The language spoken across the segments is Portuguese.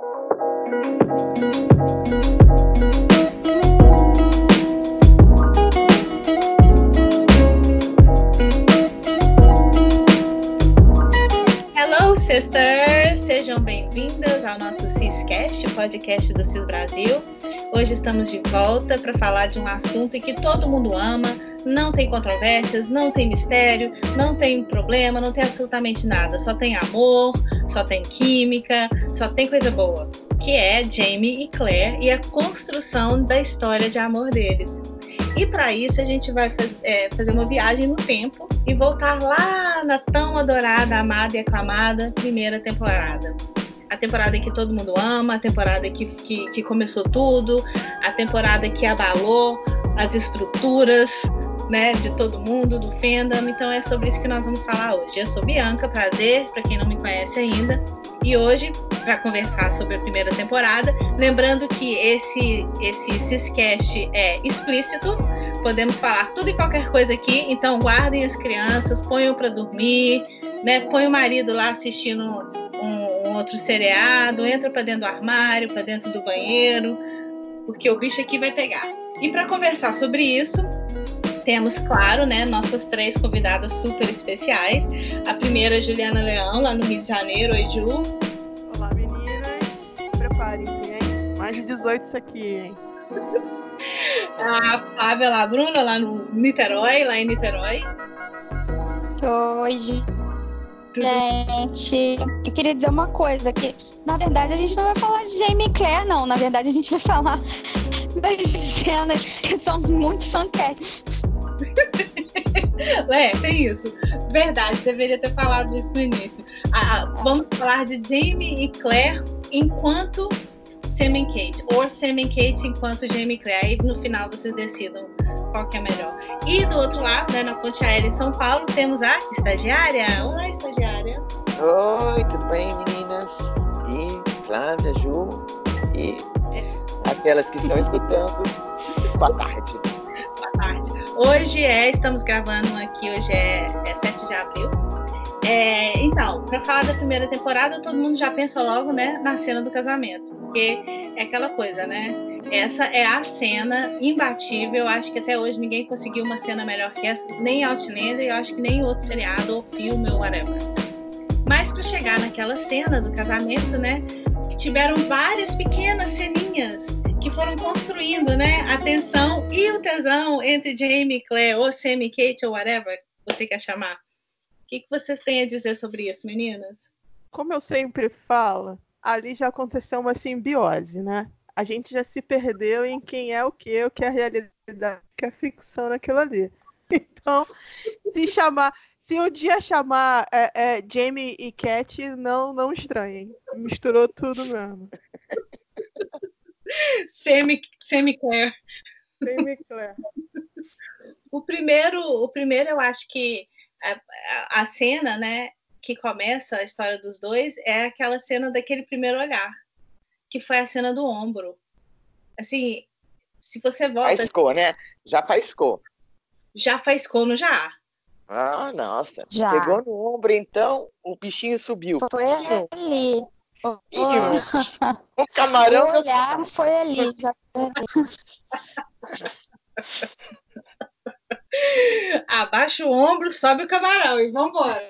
Hello, sisters! Sejam bem-vindas ao nosso CIScast, o podcast do CIS Brasil. Hoje estamos de volta para falar de um assunto que todo mundo ama, não tem controvérsias, não tem mistério, não tem problema, não tem absolutamente nada. Só tem amor, só tem química, só tem coisa boa, que é Jamie e Claire e a construção da história de amor deles. E para isso a gente vai fazer uma viagem no tempo e voltar lá na tão adorada, amada e aclamada primeira temporada. A temporada que todo mundo ama, a temporada que começou tudo, a temporada que abalou as estruturas, né, de todo mundo, do fandom. Então é sobre isso que nós vamos falar hoje. Eu sou Bianca, prazer, para quem não me conhece ainda. E hoje, para conversar sobre a primeira temporada, lembrando que esse CIScast é explícito, podemos falar tudo e qualquer coisa aqui, então guardem as crianças, ponham para dormir, né, põe o marido lá assistindo um outro seriado, entra para dentro do armário, para dentro do banheiro, porque o bicho aqui vai pegar. E para conversar sobre isso, temos, claro, né, nossas três convidadas super especiais. A primeira, Juliana Leão, lá no Rio de Janeiro. Oi, Ju. Olá, meninas. Preparem-se, hein? Mais de 18 isso aqui, hein? A Flávia Labruna, lá no Niterói, lá em Niterói. Oi, gente. Eu queria dizer uma coisa, que na verdade a gente não vai falar de Jamie e Claire, não. Na verdade a gente vai falar das cenas que são muito sanquete. Tem isso. Verdade, deveria ter falado isso no início. Vamos falar de Jamie e Claire enquanto Sam e Kate, ou Sam e Kate enquanto Jamie e Claire. Aí no final vocês decidam qual que é melhor. E do outro lado, né, na Ponte Aérea em São Paulo, temos a estagiária. Olá, estagiária. Oi, tudo bem, meninas? E Flávia, Ju e aquelas que estão escutando. Boa tarde. Boa tarde. Hoje estamos gravando aqui, hoje é 7 de abril. Então, para falar da primeira temporada, todo mundo já pensa logo, né, na cena do casamento, porque é aquela coisa, né? Essa é a cena imbatível. Eu acho que até hoje ninguém conseguiu uma cena melhor que essa, nem Outlander, e eu acho que nem outro seriado ou filme ou whatever. Mas para chegar naquela cena do casamento, né, tiveram várias pequenas ceninhas que foram construindo, né, a tensão e o tesão entre Jamie e Claire, ou Sam e Kate, ou whatever você quer chamar. O que vocês têm a dizer sobre isso, meninas? Como eu sempre falo, ali já aconteceu uma simbiose, né? A gente já se perdeu em quem é o que é a realidade, o que é a ficção naquilo ali. Então, se um dia chamar Jamie e Cat, não estranhem. Misturou tudo mesmo. Sam e Claire. Sam e Claire. O primeiro, eu acho que a cena, né, que começa a história dos dois é aquela cena daquele primeiro olhar, que foi a cena do ombro. Assim, se você volta... Faiscou, né? Já faiscou. Já faiscou, não já? Ah, nossa. Já. Pegou no ombro, então, o bichinho subiu. Foi ali. O camarão... O olhar foi ali. Já foi ali. Abaixa o ombro, sobe o camarão e vambora.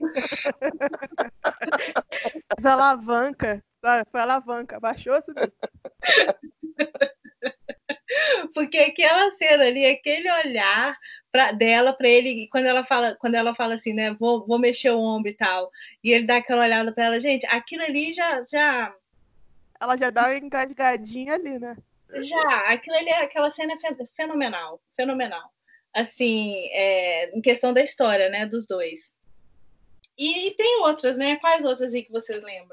Mas a alavanca, foi a alavanca, abaixou, subiu. Porque aquela cena ali, aquele olhar dela para ele, quando ela fala assim, né, vou mexer o ombro e tal, e ele dá aquela olhada para ela, gente, aquilo ali já... Ela já dá uma engasgadinha ali, né? Aquilo ali, aquela cena é fenomenal. Assim, em questão da história, né, dos dois. E tem outras, né? Quais outras aí que vocês lembram?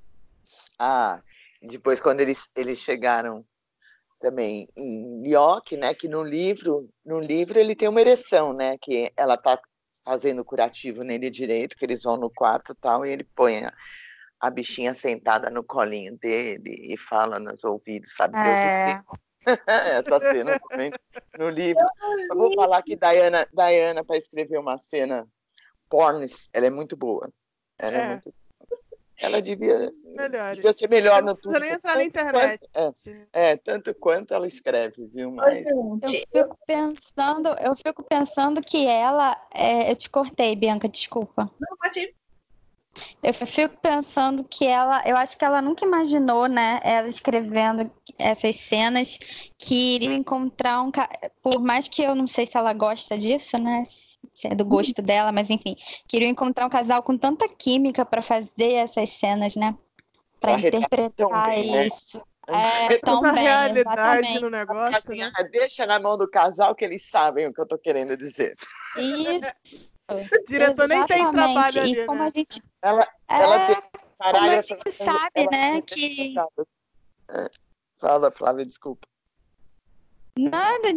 Depois quando eles chegaram também em York, né, que no livro ele tem uma ereção, né, que ela tá fazendo curativo nele direito, que eles vão no quarto e tal, e ele põe a bichinha sentada no colinho dele e fala nos ouvidos, sabe Deus o quê? Essa cena também no livro. Eu vou falar que Diana, para escrever uma cena porn, ela é muito boa. Ela é muito boa. Ela devia Melhores. ser melhor Não no precisa nem entrar na internet. Tanto quanto ela escreve, viu? Ô, Mas gente, Eu fico pensando que ela. Eu te cortei, Bianca, desculpa. não, pode ir. Eu fico pensando que eu acho que ela nunca imaginou, né, ela escrevendo essas cenas, que iria encontrar por mais que eu não sei se ela gosta disso, né, se é do gosto dela, mas enfim, queria encontrar um casal com tanta química para fazer essas cenas, né, para interpretar bem, né? isso. Tanta Tão bem, realidade exatamente. no negócio, né? Deixa na mão do casal que eles sabem o que eu tô querendo dizer. Isso. O diretor nem tem trabalho ali, E como né? a gente. Ela tem Como a parágrafo. gente sabe, né, que. Fala, Flávia, desculpa. Nada,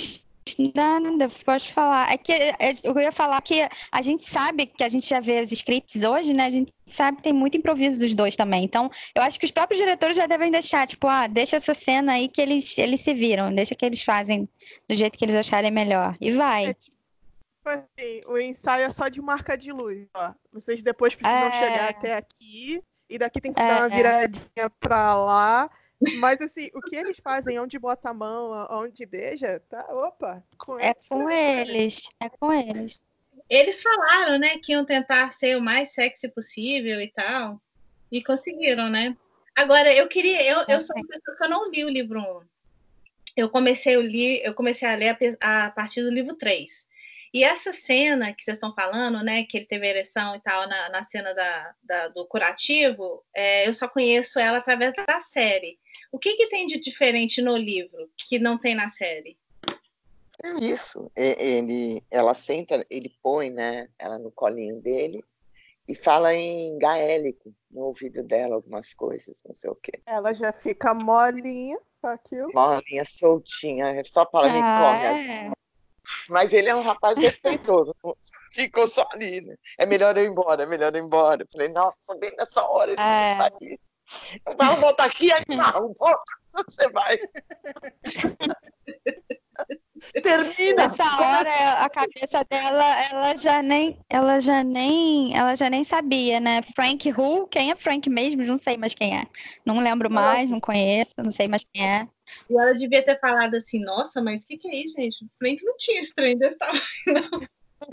pode falar. Eu ia falar que a gente sabe, que a gente já vê os scripts hoje, né? A gente sabe que tem muito improviso dos dois também. Então, eu acho que os próprios diretores já devem deixar, tipo, deixa essa cena aí que eles se viram, deixa que eles fazem do jeito que eles acharem melhor. E vai. Tipo assim, o ensaio é só de marca de luz, ó. Vocês depois precisam chegar até aqui, e daqui tem que dar uma viradinha pra lá. Mas assim, o que eles fazem, onde bota a mão, onde beija, tá? Opa, É com eles. Eles falaram, né, que iam tentar ser o mais sexy possível e tal. E conseguiram, né? Agora, eu sou uma pessoa que eu não li o livro 1. Eu comecei a ler a partir do livro 3. E essa cena que vocês estão falando, né, que ele teve ereção e tal, na cena do curativo, eu só conheço ela através da série. O que tem de diferente no livro que não tem na série? É isso. Ela senta, ele põe, né, ela no colinho dele e fala em gaélico no ouvido dela algumas coisas, não sei o quê. Ela já fica molinha com aquilo. Molinha, soltinha, só para me come. Mas ele é um rapaz respeitoso, ficou só ali, né? É melhor eu ir embora. Falei, nossa, bem nessa hora ele sair. Vamos voltar aqui, animal, você vai. Termina! Nessa hora, a cabeça dela, ela já nem sabia, né? Frank Who? Quem é Frank mesmo? Não sei mais quem é. Não lembro mais, não conheço, não sei mais quem é. E ela devia ter falado assim, nossa, mas o que é isso, gente? O Frank não tinha esse trem desse tamanho, não.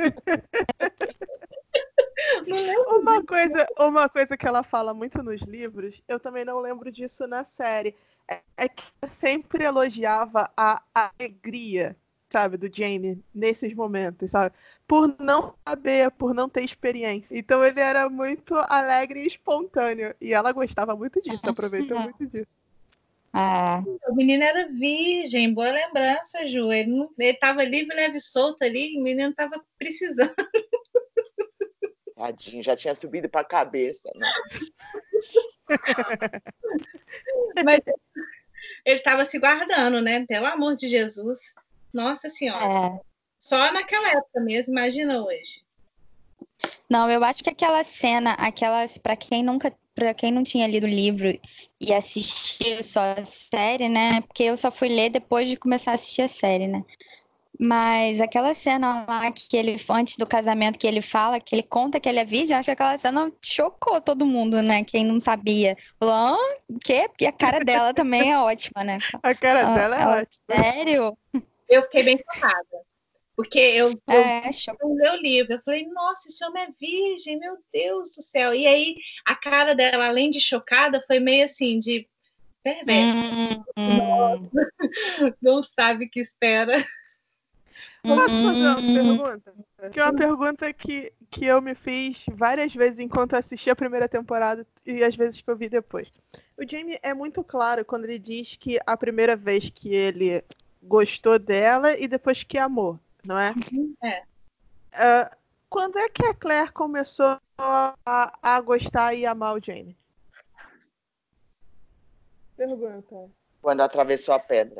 Não lembro. Uma coisa que ela fala muito nos livros, eu também não lembro disso na série, é que ela sempre elogiava a alegria, sabe, do Jamie nesses momentos, sabe? Por não saber, por não ter experiência. Então ele era muito alegre e espontâneo. E ela gostava muito disso, aproveitou muito disso. O menino era virgem, boa lembrança, Ju. Ele estava livre, leve, solto ali, o menino estava precisando. Tadinho, já tinha subido para a cabeça, né? Mas ele estava se guardando, né? Pelo amor de Jesus. Nossa Senhora. Só naquela época mesmo, imagina hoje. Não, eu acho que aquela cena, para quem não tinha lido o livro e assistiu só a série, né? Porque eu só fui ler depois de começar a assistir a série, né? Mas aquela cena lá que ele, antes do casamento, que ele fala, que ele conta que ele é virgem, acho que aquela cena chocou todo mundo, né? Quem não sabia. Falou, o quê? Porque a cara dela também é ótima, né? A cara dela é ótima. Sério? Eu fiquei bem chocada. Porque eu li o livro, eu falei, nossa, esse homem é virgem, meu Deus do céu. E aí, a cara dela, além de chocada, foi meio assim, de perversa. Não sabe o que espera. Posso fazer uma pergunta? Que é uma pergunta que eu me fiz várias vezes enquanto assisti a primeira temporada e às vezes que eu vi depois. O Jamie é muito claro quando ele diz que a primeira vez que ele gostou dela e depois que amou, não é? Quando é que a Claire começou a gostar e amar o Jamie? Pergunta. Quando atravessou a pedra.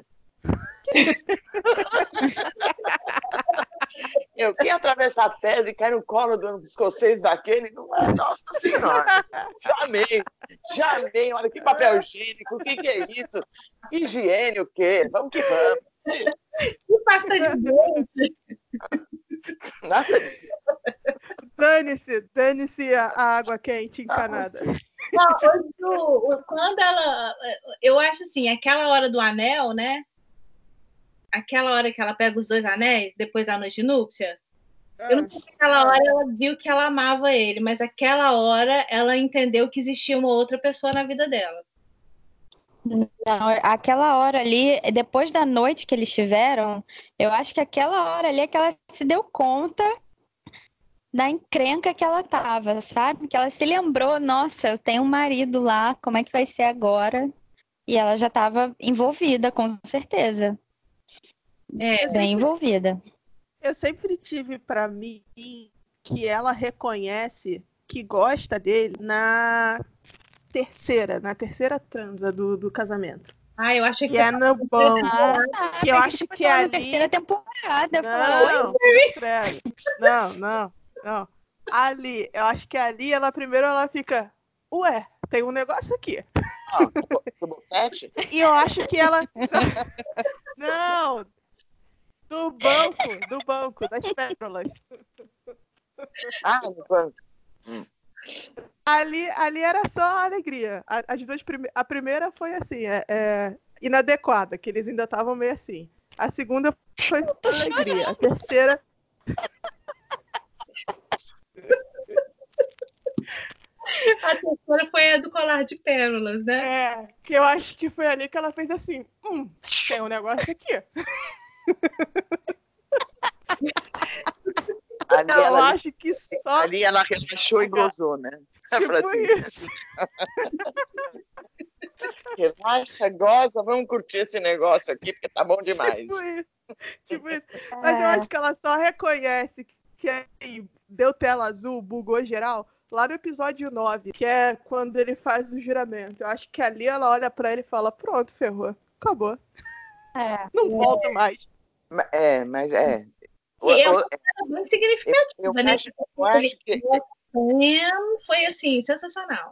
Quem atravessar a pedra e cai no colo do escocês daquele, não é? Nossa Senhora! Já amei, olha que papel higiênico, o que é isso? Higiene o quê? Vamos que vamos. Que pasta de dente. Nada disso. Dane-se a água quente encanada. Não, quando ela. Eu acho assim, aquela hora do anel, né? Aquela hora que ela pega os 2 anéis, depois da noite de núpcia. Eu não sei se aquela hora ela viu que ela amava ele, mas aquela hora ela entendeu que existia uma outra pessoa na vida dela. Não, aquela hora ali, depois da noite que eles tiveram, eu acho que aquela hora ali é que ela se deu conta da encrenca que ela tava, sabe? Que ela se lembrou, nossa, eu tenho um marido lá, como é que vai ser agora? E ela já estava envolvida, com certeza. Bem envolvida. Eu sempre tive pra mim que ela reconhece que gosta dele na terceira transa do casamento. Eu achei que você no banco. Que eu acho que ali... na terceira temporada. Não. Ali, eu acho que ali primeiro ela fica, ué, tem um negócio aqui. E eu acho que ela... Não, do banco, das pérolas. No banco. Ali era só alegria. A primeira foi assim, inadequada, que eles ainda estavam meio assim. A segunda foi só alegria. A terceira... A terceira foi a do colar de pérolas, né? Que eu acho que foi ali que ela fez assim, tem um negócio aqui. Acho que só... Ali ela relaxou e gozou, né? Tipo isso. Relaxa, goza, vamos curtir esse negócio aqui, porque tá bom demais. Tipo isso. Mas eu acho que ela só reconhece que deu tela azul, bugou geral, lá no episódio 9, que é quando ele faz o juramento. Eu acho que ali ela olha pra ele e fala, pronto, ferrou, acabou. Não volto mais. E é uma coisa muito significativa, né? Eu acho que... Foi assim, sensacional.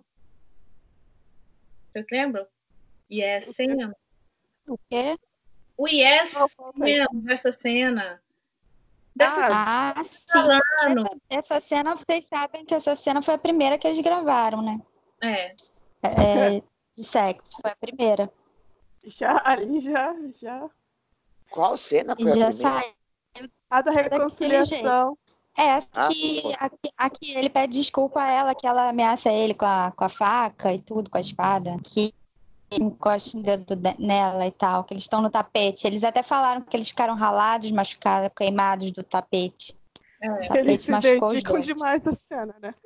Vocês lembram? Yes, Sam. O quê? O Yes mesmo, dessa cena. Sim. Essa cena, vocês sabem que essa cena foi a primeira que eles gravaram, né? De sexo, foi a primeira. Ali já. Qual cena foi a primeira? A da reconciliação. Aqui ele pede desculpa a ela, que ela ameaça ele com a faca e tudo, com a espada, que encosta o dedo nela e tal, que eles estão no tapete. Eles até falaram que eles ficaram ralados, machucados, queimados do tapete. O tapete eles se machucou os dedicam dois. demais a cena, né?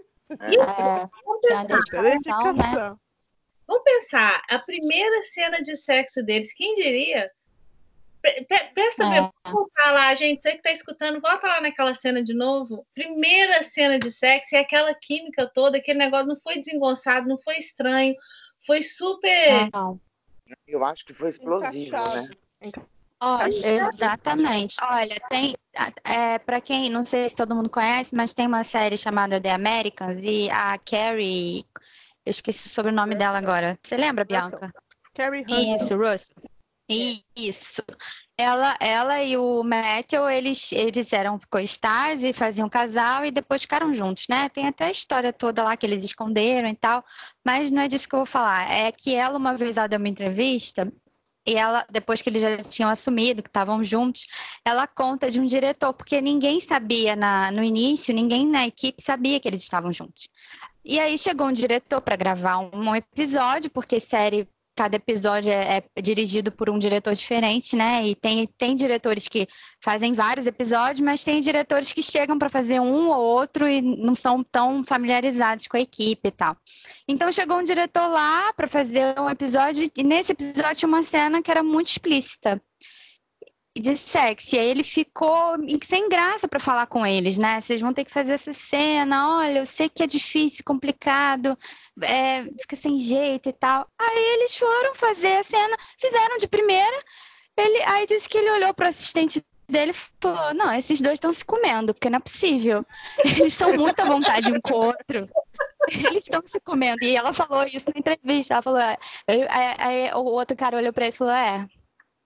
Dedicação. Vamos pensar, a primeira cena de sexo deles, quem diria? Presta bem, vamos voltar lá, gente. Você que tá escutando, volta lá naquela cena de novo. Primeira cena de sexo e aquela química toda, aquele negócio não foi desengonçado, não foi estranho, foi super. Eu acho que foi explosivo, né? Exatamente. Olha, tem. Para quem, não sei se todo mundo conhece, mas tem uma série chamada The Americans e a Carrie. Eu esqueci o sobrenome dela agora. Você lembra, Bianca? Carrie Russell. Isso, Russell. Isso. Ela e o Matthew, eles eram co-stars e faziam casal e depois ficaram juntos, né? Tem até a história toda lá que eles esconderam e tal, mas não é disso que eu vou falar. É que ela, uma vez, ela deu uma entrevista e ela, depois que eles já tinham assumido que estavam juntos, ela conta de um diretor, porque ninguém sabia no início, ninguém na equipe sabia que eles estavam juntos. E aí chegou um diretor para gravar um episódio, porque cada episódio é dirigido por um diretor diferente, né? E tem diretores que fazem vários episódios, mas tem diretores que chegam para fazer um ou outro e não são tão familiarizados com a equipe e tal. Então chegou um diretor lá para fazer um episódio e nesse episódio tinha uma cena que era muito explícita de sexo, e aí ele ficou sem graça para falar com eles, né? Vocês vão ter que fazer essa cena, olha, eu sei que é difícil, complicado, fica sem jeito e tal. Aí eles foram fazer a cena, fizeram de primeira, aí disse que ele olhou para o assistente dele e falou, não, esses dois estão se comendo, porque não é possível. Eles são muito à vontade um com o outro. Eles estão se comendo. E ela falou isso na entrevista, ela falou, aí o outro cara olhou para ele e falou,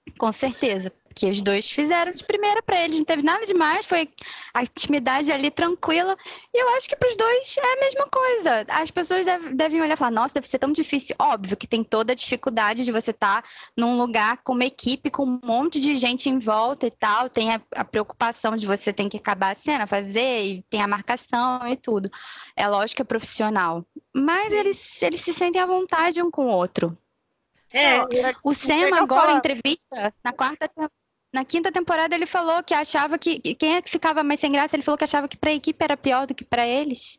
Com certeza, porque os dois fizeram de primeira pra eles, não teve nada demais, foi a intimidade ali tranquila. E eu acho que pros dois é a mesma coisa. As pessoas devem olhar e falar, nossa, deve ser tão difícil. Óbvio que tem toda a dificuldade de você estar num lugar com uma equipe, com um monte de gente em volta e tal. Tem a preocupação de você ter que acabar a cena, fazer, e tem a marcação e tudo. É lógico que é profissional. Mas eles se sentem à vontade um com o outro. É, O Sam legal agora, em falar. entrevista, na quinta temporada, ele falou que achava que quem é que ficava mais sem graça, ele falou que achava que pra equipe era pior do que pra eles.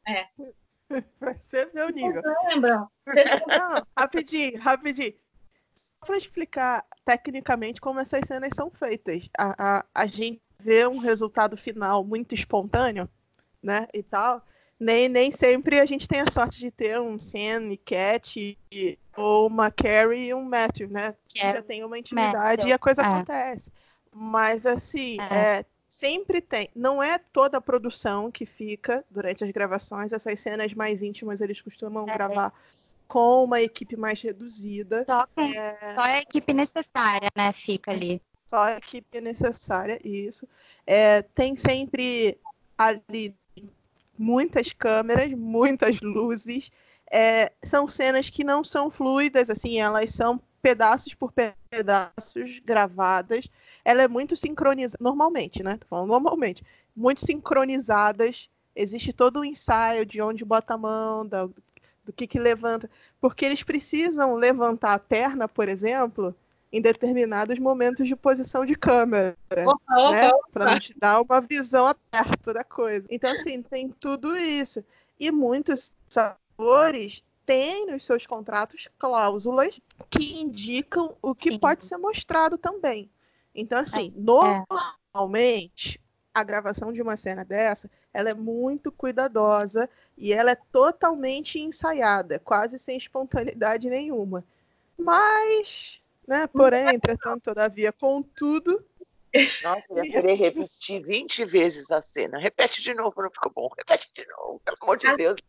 Pra você ver o nível. lembram? Não, rapidinho. Só pra explicar tecnicamente como essas cenas são feitas. A gente vê um resultado final muito espontâneo, né, e tal. Nem sempre a gente tem a sorte de ter um Sam e Cat, ou uma Carrie e um Matthew, né? Já tem uma intimidade e a coisa acontece. Mas, assim, sempre tem. Não é toda a produção que fica durante as gravações. Essas cenas mais íntimas eles costumam gravar com uma equipe mais reduzida. Só a equipe necessária, né, fica ali. Só a equipe necessária, isso. Tem sempre ali muitas câmeras, muitas luzes. São cenas que não são fluidas, assim, elas são pedaços por pedaços gravadas. Ela é muito sincronizada, normalmente, né? Tô falando normalmente, muito sincronizadas. Existe todo um ensaio de onde bota a mão, do que levanta, porque eles precisam levantar a perna, por exemplo, em determinados momentos de posição de câmera, né? Para não te dar uma visão aberta da coisa. Então, assim, tem tudo isso. E muitos atores têm nos seus contratos cláusulas que indicam o que pode ser mostrado também. Então, assim, normalmente, a gravação de uma cena dessa, ela é muito cuidadosa e ela é totalmente ensaiada, quase sem espontaneidade nenhuma. Mas, né, porém, entretanto, todavia, contudo... Nossa, eu ia querer repetir 20 vezes a cena. Repete de novo, não ficou bom. Repete de novo, pelo amor de Deus.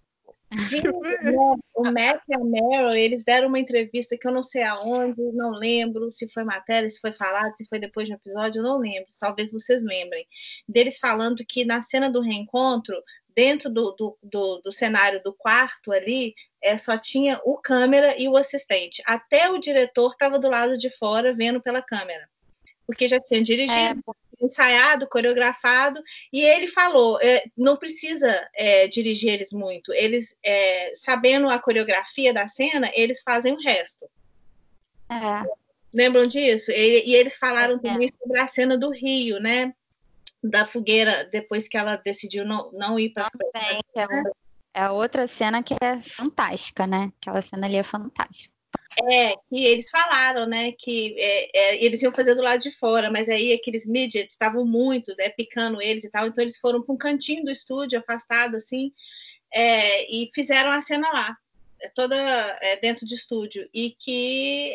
O Matt e a Meryl, eles deram uma entrevista que eu não sei aonde, não lembro se foi matéria, se foi falado, se foi depois de um episódio, eu não lembro, talvez vocês lembrem, deles falando que na cena do reencontro, dentro do cenário do quarto ali, só tinha o câmera e o assistente, até o diretor estava do lado de fora vendo pela câmera, porque já tinha dirigido, ensaiado, coreografado, e ele falou, não precisa dirigir eles muito, eles, sabendo a coreografia da cena, eles fazem o resto. Lembram disso? E eles falaram também sobre a cena do Rio, né? Da fogueira, depois que ela decidiu não ir para é a outra cena que é fantástica, né? Aquela cena ali é fantástica. Que eles falaram, né, que eles iam fazer do lado de fora, mas aí aqueles midgets estavam muito, né, picando eles e tal, então eles foram para um cantinho do estúdio, afastado, assim, e fizeram a cena lá, toda dentro de estúdio, e que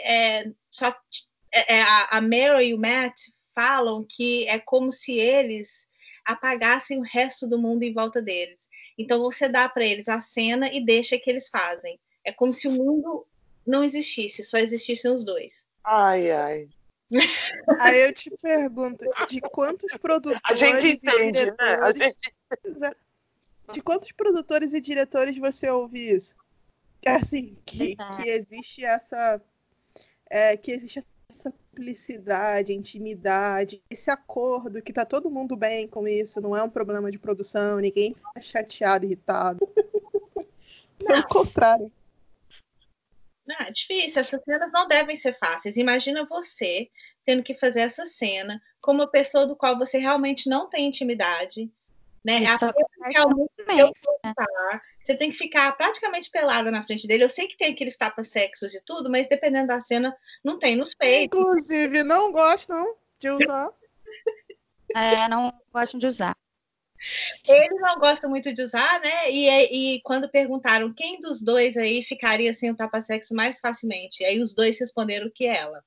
a Meryl e o Matt falam que é como se eles apagassem o resto do mundo em volta deles. Então você dá para eles a cena e deixa que eles fazem. É como se o mundo não existisse, só existissem os dois. Ai, ai. Aí eu te pergunto, de quantos produtores a gente entende, e diretores... Né? De quantos produtores e diretores você ouve isso? Assim, que existe essa... que existe essa simplicidade, intimidade, esse acordo, que tá todo mundo bem com isso, não é um problema de produção, ninguém fica chateado, irritado. Pelo contrário. Não, é difícil, essas cenas não devem ser fáceis. Imagina você tendo que fazer essa cena com uma pessoa do qual você realmente não tem intimidade, né? Você tem que ficar praticamente pelada na frente dele. Eu sei que tem aqueles tapa-sexos e tudo, mas dependendo da cena, não tem nos peitos. Inclusive, não gostam de usar. Não gostam de usar. Ele não gosta muito de usar, né? E quando perguntaram quem dos dois aí ficaria sem o tapa-sexo mais facilmente, aí os dois responderam que ela.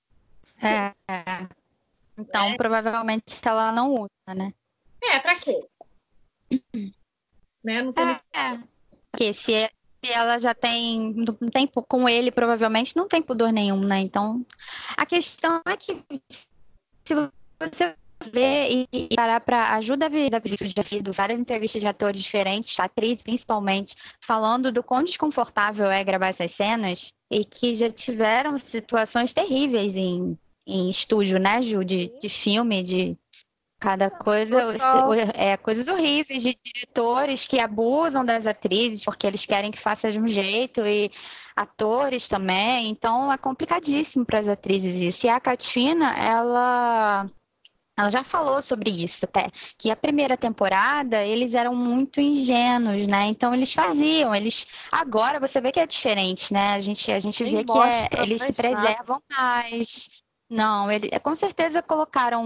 Então, provavelmente ela não usa, né? Pra quê? Né? Não tem Porque se se ela já tem, não tem, com ele provavelmente não tem pudor nenhum, né? Então, a questão é que se você ver e parar para ajuda a ver já visto várias entrevistas de atores diferentes, atriz principalmente, falando do quão desconfortável é gravar essas cenas e que já tiveram situações terríveis em estúdio, né, Ju, de filme, de cada coisa, Total. coisas horríveis de diretores que abusam das atrizes porque eles querem que faça de um jeito e atores também, então é complicadíssimo para as atrizes isso. E a Katina, ela já falou sobre isso até, que a primeira temporada eles eram muito ingênuos, né? Então eles faziam, agora você vê que é diferente, né? A gente Nem vê que mostra eles se mais nada. preservam mais. Não, com certeza colocaram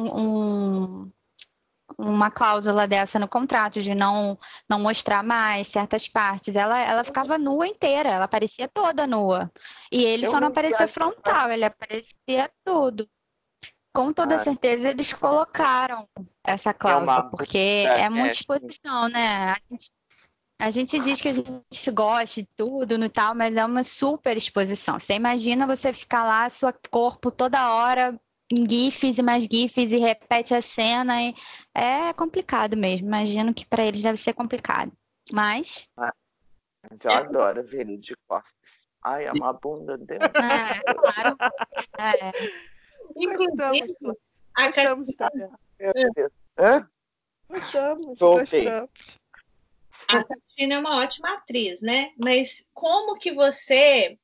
uma cláusula dessa no contrato de não mostrar mais certas partes. Ela ficava nua inteira, ela aparecia toda nua. E ele Eu só não não vi aparecia frontal, ele aparecia tudo. Com toda a... certeza eles colocaram essa É uma cláusula, porque bunda, é né? muita exposição, né? A gente diz que a gente gosta de tudo no tal, mas é uma super exposição. Você imagina você ficar lá, seu corpo toda hora em GIFs e mais GIFs e repete a cena. E é complicado mesmo. Imagino que para eles deve ser complicado. Mas, Mas eu adoro ver ele de costas. Ai, é uma bunda dele. claro. É. Gostamos, Inclusive, Flávia. a Gostamos de ver. Meu Deus. Hã? Gostamos, Voltei. gostamos. Catina é uma ótima atriz, né? Mas como que você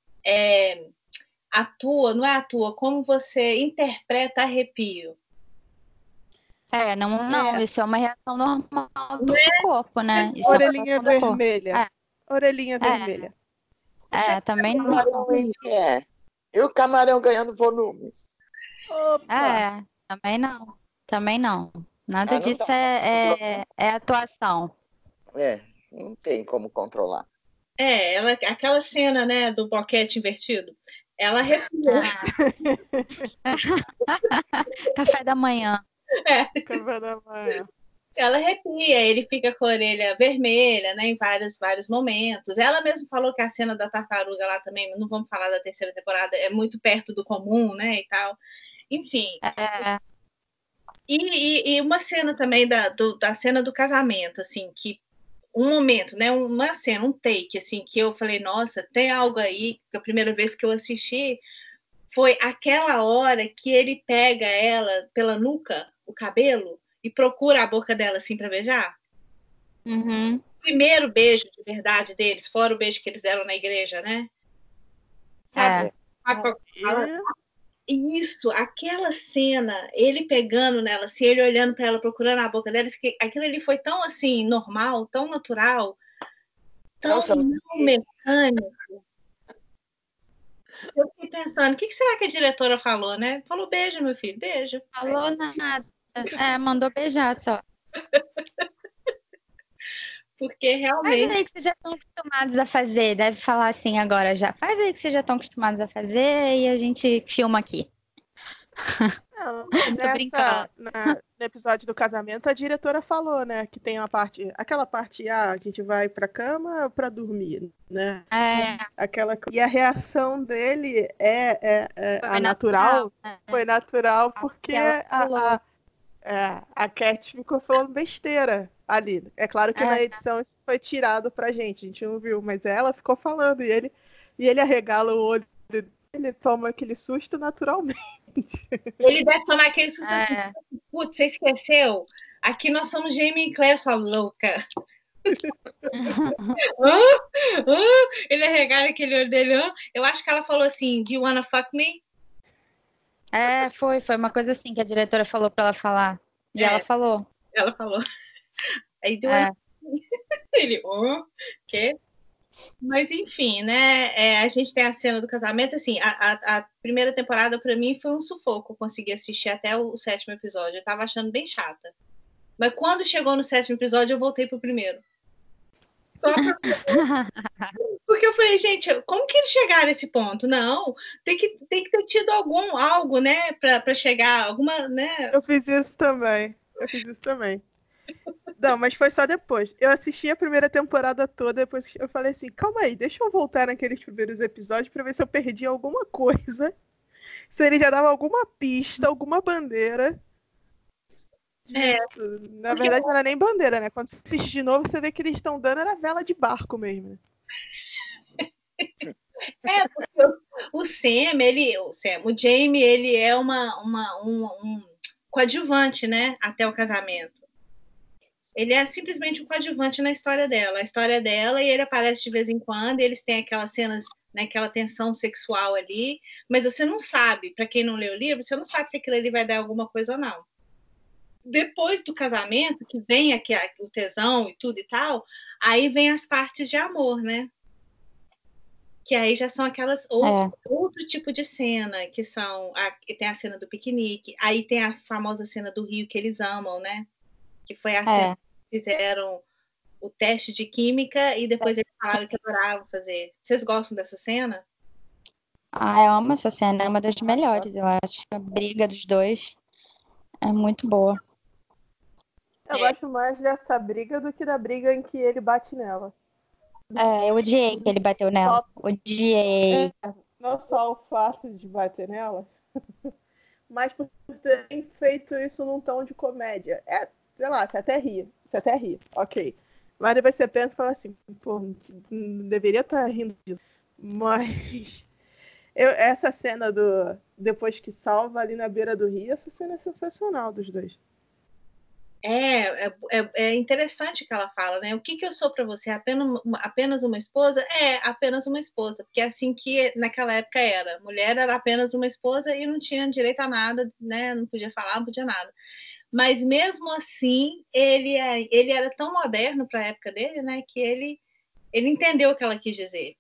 atua, não é atua, como você interpreta arrepio? Não, É, isso é uma reação normal do corpo, né? Isso é uma orelhinha reação do corpo. vermelha. Orelhinha vermelha. Também não. Camarão, ele é. E o camarão ganhando volume. Opa! Também não. Também não. Nada Ah, não disso dá pra controlar. é atuação. Não tem como controlar. Aquela cena, né, do boquete invertido, ela arrepiou. Café da manhã. Café da manhã. Ela arrepia, ele fica com a orelha vermelha, né, em vários momentos. Ela mesma falou que a cena da tartaruga lá também, não vamos falar da terceira temporada, é muito perto do comum, né, e tal. Enfim. E uma cena também da cena do casamento, assim, que um momento, né, uma cena, um take, assim, que eu falei, nossa, tem algo aí, que a primeira vez que eu assisti foi aquela hora que ele pega ela pela nuca, o cabelo, e procura a boca dela, assim, para beijar. Uhum. Primeiro beijo de verdade deles, fora o beijo que eles deram na igreja, né? Sabe? Isso, aquela cena, ele pegando nela, assim, ele olhando para ela, procurando a boca dela, aquilo ali foi tão assim, normal, tão natural, tão não mecânico. Eu fiquei pensando, o que será que a diretora falou, né? Falou, beijo, meu filho, beijo. Falou nada. Mandou beijar só. Porque realmente. Faz aí que vocês já estão acostumados a fazer. Deve falar assim agora já. Faz aí que vocês já estão acostumados a fazer e a gente filma aqui. Não, Tô brincando. no episódio do casamento, a diretora falou, né, que tem aquela parte, a gente vai pra cama pra dormir, né? E a reação dele Foi natural, né? foi natural porque a Cat ficou falando besteira ali. É claro que na edição isso foi tirado pra gente, a gente não viu, mas ela ficou falando e ele arregala o olho dele, ele toma aquele susto naturalmente. Ele deve tomar aquele susto. Putz, você esqueceu? Aqui nós somos Jamie e Claire, sua louca. Ele arregala aquele olho dele. Eu acho que ela falou assim, do you wanna fuck me? Foi uma coisa assim que a diretora falou pra ela falar. E ela falou. Ela falou. Aí do you wanna fuck me? Ele, quê? Mas enfim, né? A gente tem a cena do casamento, assim, a primeira temporada para mim foi um sufoco, eu consegui assistir até o 7º episódio, eu tava achando bem chata. Mas quando chegou no 7º episódio, eu voltei pro primeiro. Porque eu falei, gente, como que eles chegaram a esse ponto? Não, tem que ter tido algo, né, para chegar, alguma, né? Eu fiz isso também. Não, mas foi só depois. Eu assisti a primeira temporada toda, depois eu falei assim, calma aí, deixa eu voltar naqueles primeiros episódios pra ver se eu perdi alguma coisa. Se ele já dava alguma pista, alguma bandeira. É, Na porque verdade, não era nem bandeira, né? Quando você assiste de novo, você vê que eles estão dando era vela de barco mesmo. porque o Sam, o Jamie, ele é um coadjuvante, né? Até o casamento. Ele é simplesmente um coadjuvante na história dela. A história dela, e ele aparece de vez em quando, e eles têm aquelas cenas, né, aquela tensão sexual ali, mas você não sabe, para quem não lê o livro, você não sabe se aquilo ali vai dar alguma coisa ou não. Depois do casamento, que vem aqui o tesão e tudo e tal, aí vem as partes de amor, né? Que aí já são aquelas outro tipo de cena, que são tem a cena do piquenique, aí tem a famosa cena do rio que eles amam, né? Que foi a cena que fizeram o teste de química e depois eles falaram que adoravam fazer. Vocês gostam dessa cena? Ah, eu amo essa cena, é uma das melhores, eu acho. A briga dos dois é muito boa. Eu gosto mais dessa briga do que da briga em que ele bate nela. Eu odiei que ele bateu nela. Odiei. Não só o fato de bater nela, mas por ter feito isso num tom de comédia. Sei lá, você até ri, ok. Mas depois você pensa e fala assim, pô, não deveria estar rindo disso. Mas essa cena do depois que salva ali na beira do rio, essa cena é sensacional dos dois. É interessante que ela fala, né? O que eu sou para você? Apenas uma esposa? Apenas uma esposa, porque é assim que naquela época era. Mulher era apenas uma esposa e não tinha direito a nada, né? Não podia falar, não podia nada. Mas mesmo assim, ele era tão moderno para a época dele, né? Que ele entendeu o que ela quis dizer.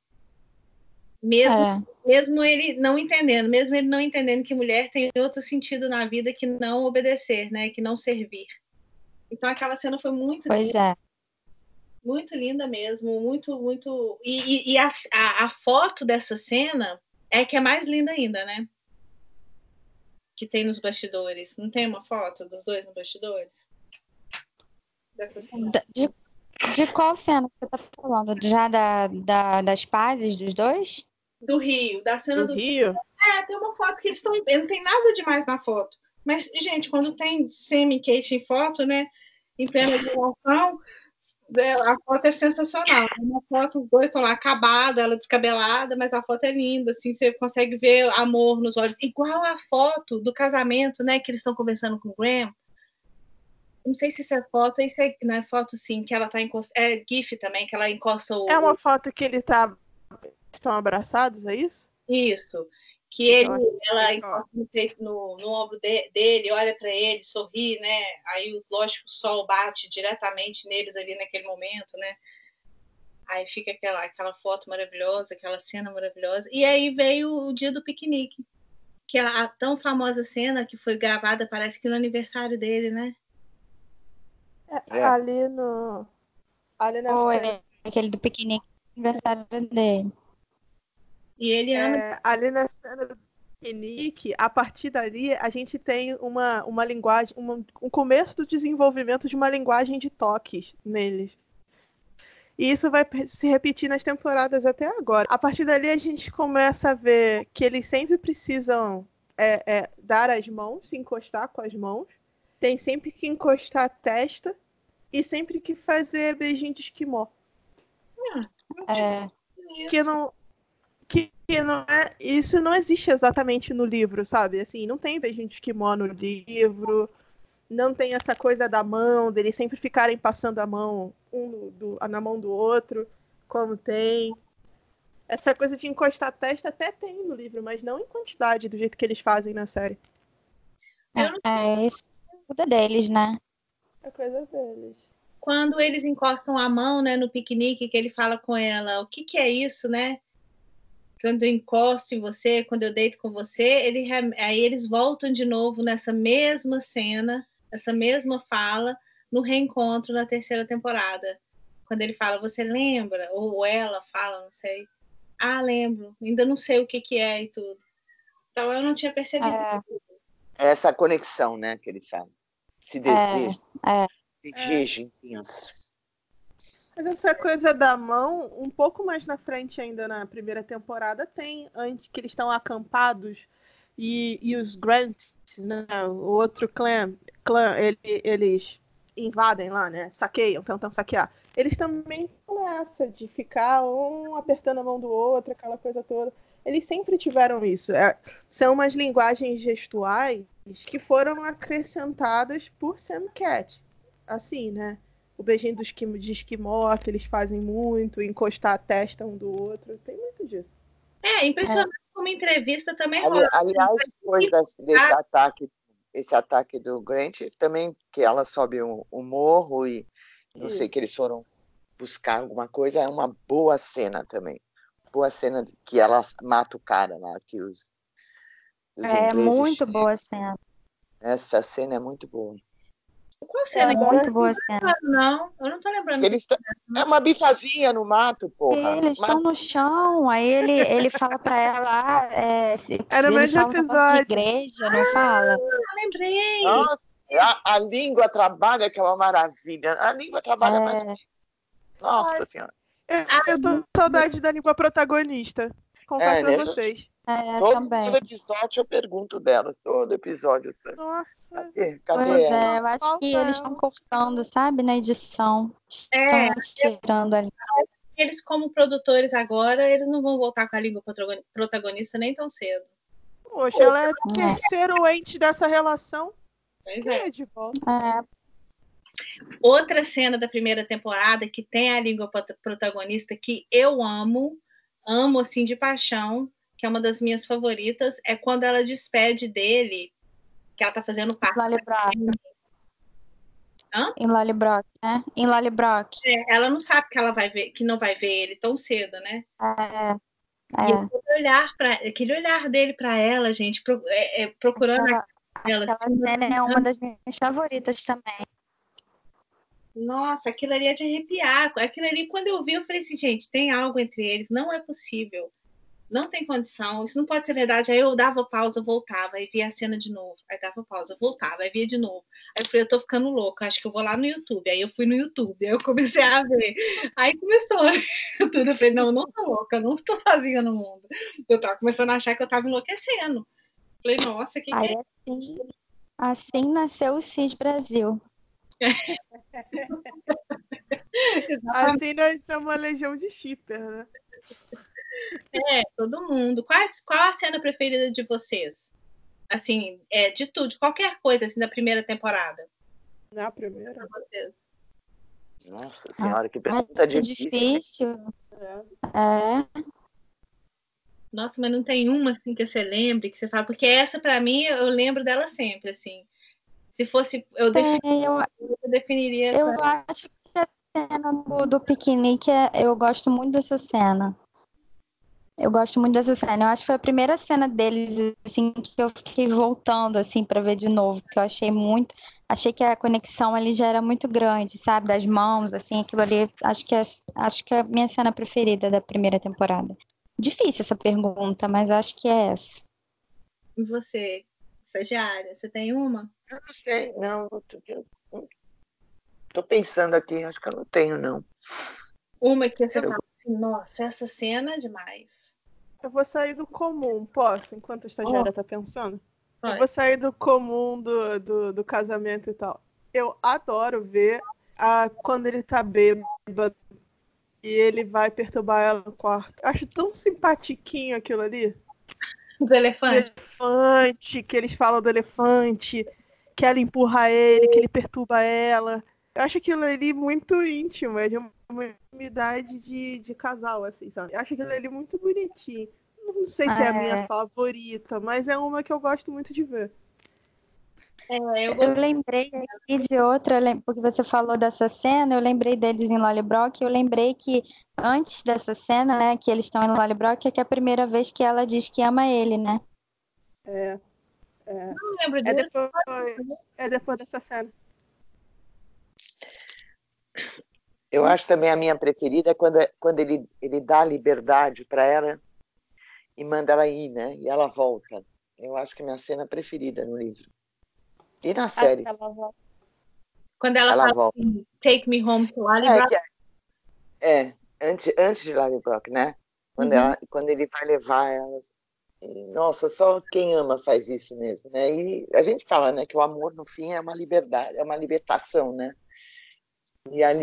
Mesmo ele não entendendo que mulher tem outro sentido na vida que não obedecer, né? Que não servir. Então aquela cena foi muito linda. Muito linda mesmo, muito. E a foto dessa cena é que é mais linda ainda, né? Que tem nos bastidores. Não tem uma foto dos dois nos bastidores? Dessa cena? De qual cena você tá falando? Já das pazes dos dois? Do Rio, da cena do Rio. Tem uma foto que eles estão. Não tem nada demais na foto. Mas, gente, quando tem semi-Kate em foto, né? Em plena gravação, a foto é sensacional. Uma foto, os dois estão lá acabados, ela descabelada, mas a foto é linda, assim, você consegue ver amor nos olhos. Igual a foto do casamento, né? Que eles estão conversando com o Graham. Não sei se isso é foto, isso não é foto, sim, que ela tá encostando. É GIF também, que ela encosta o. É uma foto que ele estão abraçados, é isso? Isso. Que ela encosta no ombro dele, olha para ele, sorri, né? Aí, lógico, o sol bate diretamente neles ali naquele momento, né? Aí fica aquela foto maravilhosa, aquela cena maravilhosa. E aí veio o dia do piquenique, que é a tão famosa cena que foi gravada, parece que no aniversário dele, né? Ali na cena. Aquele do piquenique, aniversário dele. E ele anda. Ali na cena do piquenique, a partir dali, a gente tem uma linguagem, um começo do desenvolvimento de uma linguagem de toques neles. E isso vai se repetir nas temporadas até agora. A partir dali, a gente começa a ver que eles sempre precisam dar as mãos, se encostar com as mãos. Tem sempre que encostar a testa e sempre que fazer beijinho de esquimó. Isso não existe exatamente no livro, sabe? Assim, não tem beijinho de esquimó no livro, não tem essa coisa da mão, deles sempre ficarem passando a mão na mão do outro, como tem. Essa coisa de encostar a testa até tem no livro, mas não em quantidade, do jeito que eles fazem na série. Isso é coisa deles, né? É coisa deles. Quando eles encostam a mão, né, no piquenique, que ele fala com ela, o que é isso, né? Quando eu encosto em você, quando eu deito com você, aí eles voltam de novo nessa mesma cena, essa mesma fala, no reencontro na terceira temporada. Quando ele fala, você lembra? Ou ela fala, não sei. Ah, lembro. Ainda não sei o que é e tudo. Então eu não tinha percebido. Essa conexão, né, que eles falam. Esse desejo. Desejo intenso. Mas essa coisa da mão, um pouco mais na frente ainda na primeira temporada, tem, antes que eles estão acampados e os Grants, né, o outro clã eles invadem lá, né, saqueiam, tentam saquear. Eles também estão nessa de ficar um apertando a mão do outro, aquela coisa toda. Eles sempre tiveram isso. São umas linguagens gestuais que foram acrescentadas por Sam Cat. Assim, né? O beijinho de esquimó, que eles fazem muito, encostar a testa um do outro. Tem muito disso. Impressionante como entrevista também rola. Aliás, depois esse ataque do Grant, também que ela sobe um morro e não sei que eles foram buscar alguma coisa, é uma boa cena também. Boa cena que ela mata o cara lá, que os ingleses... muito boa a cena. Essa cena é muito boa. Qual cena? Muito boa a cena. Não, eu não tô lembrando. É uma bifazinha no mato, porra. Eles estão no chão, aí ele fala pra ela, É no ele mesmo fala um negócio de episódio. igreja, não fala? Lembrei. Nossa, a língua trabalha, que é uma maravilha. A língua trabalha mais. Nossa Senhora. Eu tô com saudade da língua protagonista. Confesso pra vocês. Todo episódio eu pergunto dela. Todo episódio. Nossa. Cadê Pois ela? eu acho que eles estão cortando, sabe, na edição. É. Estão tirando ali. Eles, como produtores agora, eles não vão voltar com a língua protagonista nem tão cedo. Poxa, ela é o terceiro ente dessa relação. Pois é. De volta. Outra cena da primeira temporada que tem a língua protagonista que eu amo assim de paixão, que é uma das minhas favoritas, é quando ela despede dele, que ela tá fazendo parte. Em Lallybrook, né? Em Lallybrook. Ela não sabe que ela vai ver, que não vai ver ele tão cedo, né? E aquele olhar dele para ela, gente, procurando aquela cena é uma das minhas favoritas também. Nossa, aquilo ali é de arrepiar. Aquilo ali, quando eu vi, eu falei assim, gente, tem algo entre eles, não é possível. Não tem condição, isso não pode ser verdade. Aí eu dava pausa, voltava, aí via a cena de novo. Aí dava pausa, voltava, aí via de novo. Aí eu falei, eu tô ficando louca, acho que eu vou lá no YouTube. Aí eu fui no YouTube, aí eu comecei a ver. Aí começou tudo. Eu falei, não tô louca, não estou sozinha no mundo. Eu tava começando a achar que eu tava enlouquecendo. Eu falei, nossa, que aí, assim nasceu o CIS Brasil. Assim nós somos uma legião de shipper, né? Todo mundo. Qual a cena preferida de vocês? Assim, de tudo, qualquer coisa assim da primeira temporada. Na primeira? Nossa Senhora, que pergunta difícil. Nossa, mas não tem uma assim que você lembre, que você fala, porque essa pra mim eu lembro dela sempre, assim. Se fosse, eu definiria. Eu acho que a cena do piquenique, eu gosto muito dessa cena. Eu gosto muito dessa cena. Eu acho que foi a primeira cena deles, assim, que eu fiquei voltando, assim, pra ver de novo, porque eu achei que a conexão ali já era muito grande, sabe? Das mãos, assim, aquilo ali, acho que é a minha cena preferida da primeira temporada. Difícil essa pergunta, mas acho que é essa. E você, estagiária, você tem uma? Eu não sei, não. Tô pensando aqui, acho que eu não tenho, não. Uma que você fala assim, nossa, essa cena é demais. Eu vou sair do comum, posso? Enquanto a estagiária tá pensando? Eu vou sair do comum do casamento e tal. Eu adoro ver quando ele tá bêbado e ele vai perturbar ela no quarto. Acho tão simpatiquinho aquilo ali. Os elefantes. O elefante, que eles falam do elefante, que ela empurra ele, que ele perturba ela. Eu acho aquilo ali muito íntimo, é de uma intimidade de casal, assim, sabe? Eu acho aquilo ali muito bonitinho. Não sei se é a minha favorita, mas é uma que eu gosto muito de ver. Eu lembrei aqui de outra, porque você falou dessa cena, eu lembrei deles em Lallybrook, eu lembrei que antes dessa cena, né, que eles estão em Lallybrook, é que é a primeira vez que ela diz que ama ele, né? Não lembro disso. Depois dessa cena. Eu acho também a minha preferida é quando ele dá liberdade para ela e manda ela ir, né? E ela volta. Eu acho que é a minha cena preferida no livro. E na série. Quando ela Ela fala volta. assim, Take Me Home to Lally Brown. É, Antes antes de Larry Brock, né? Uhum. Quando ele vai levar ela. Nossa, só quem ama faz isso mesmo, né? E a gente fala, né, que o amor no fim é uma liberdade, é uma libertação, né? E ali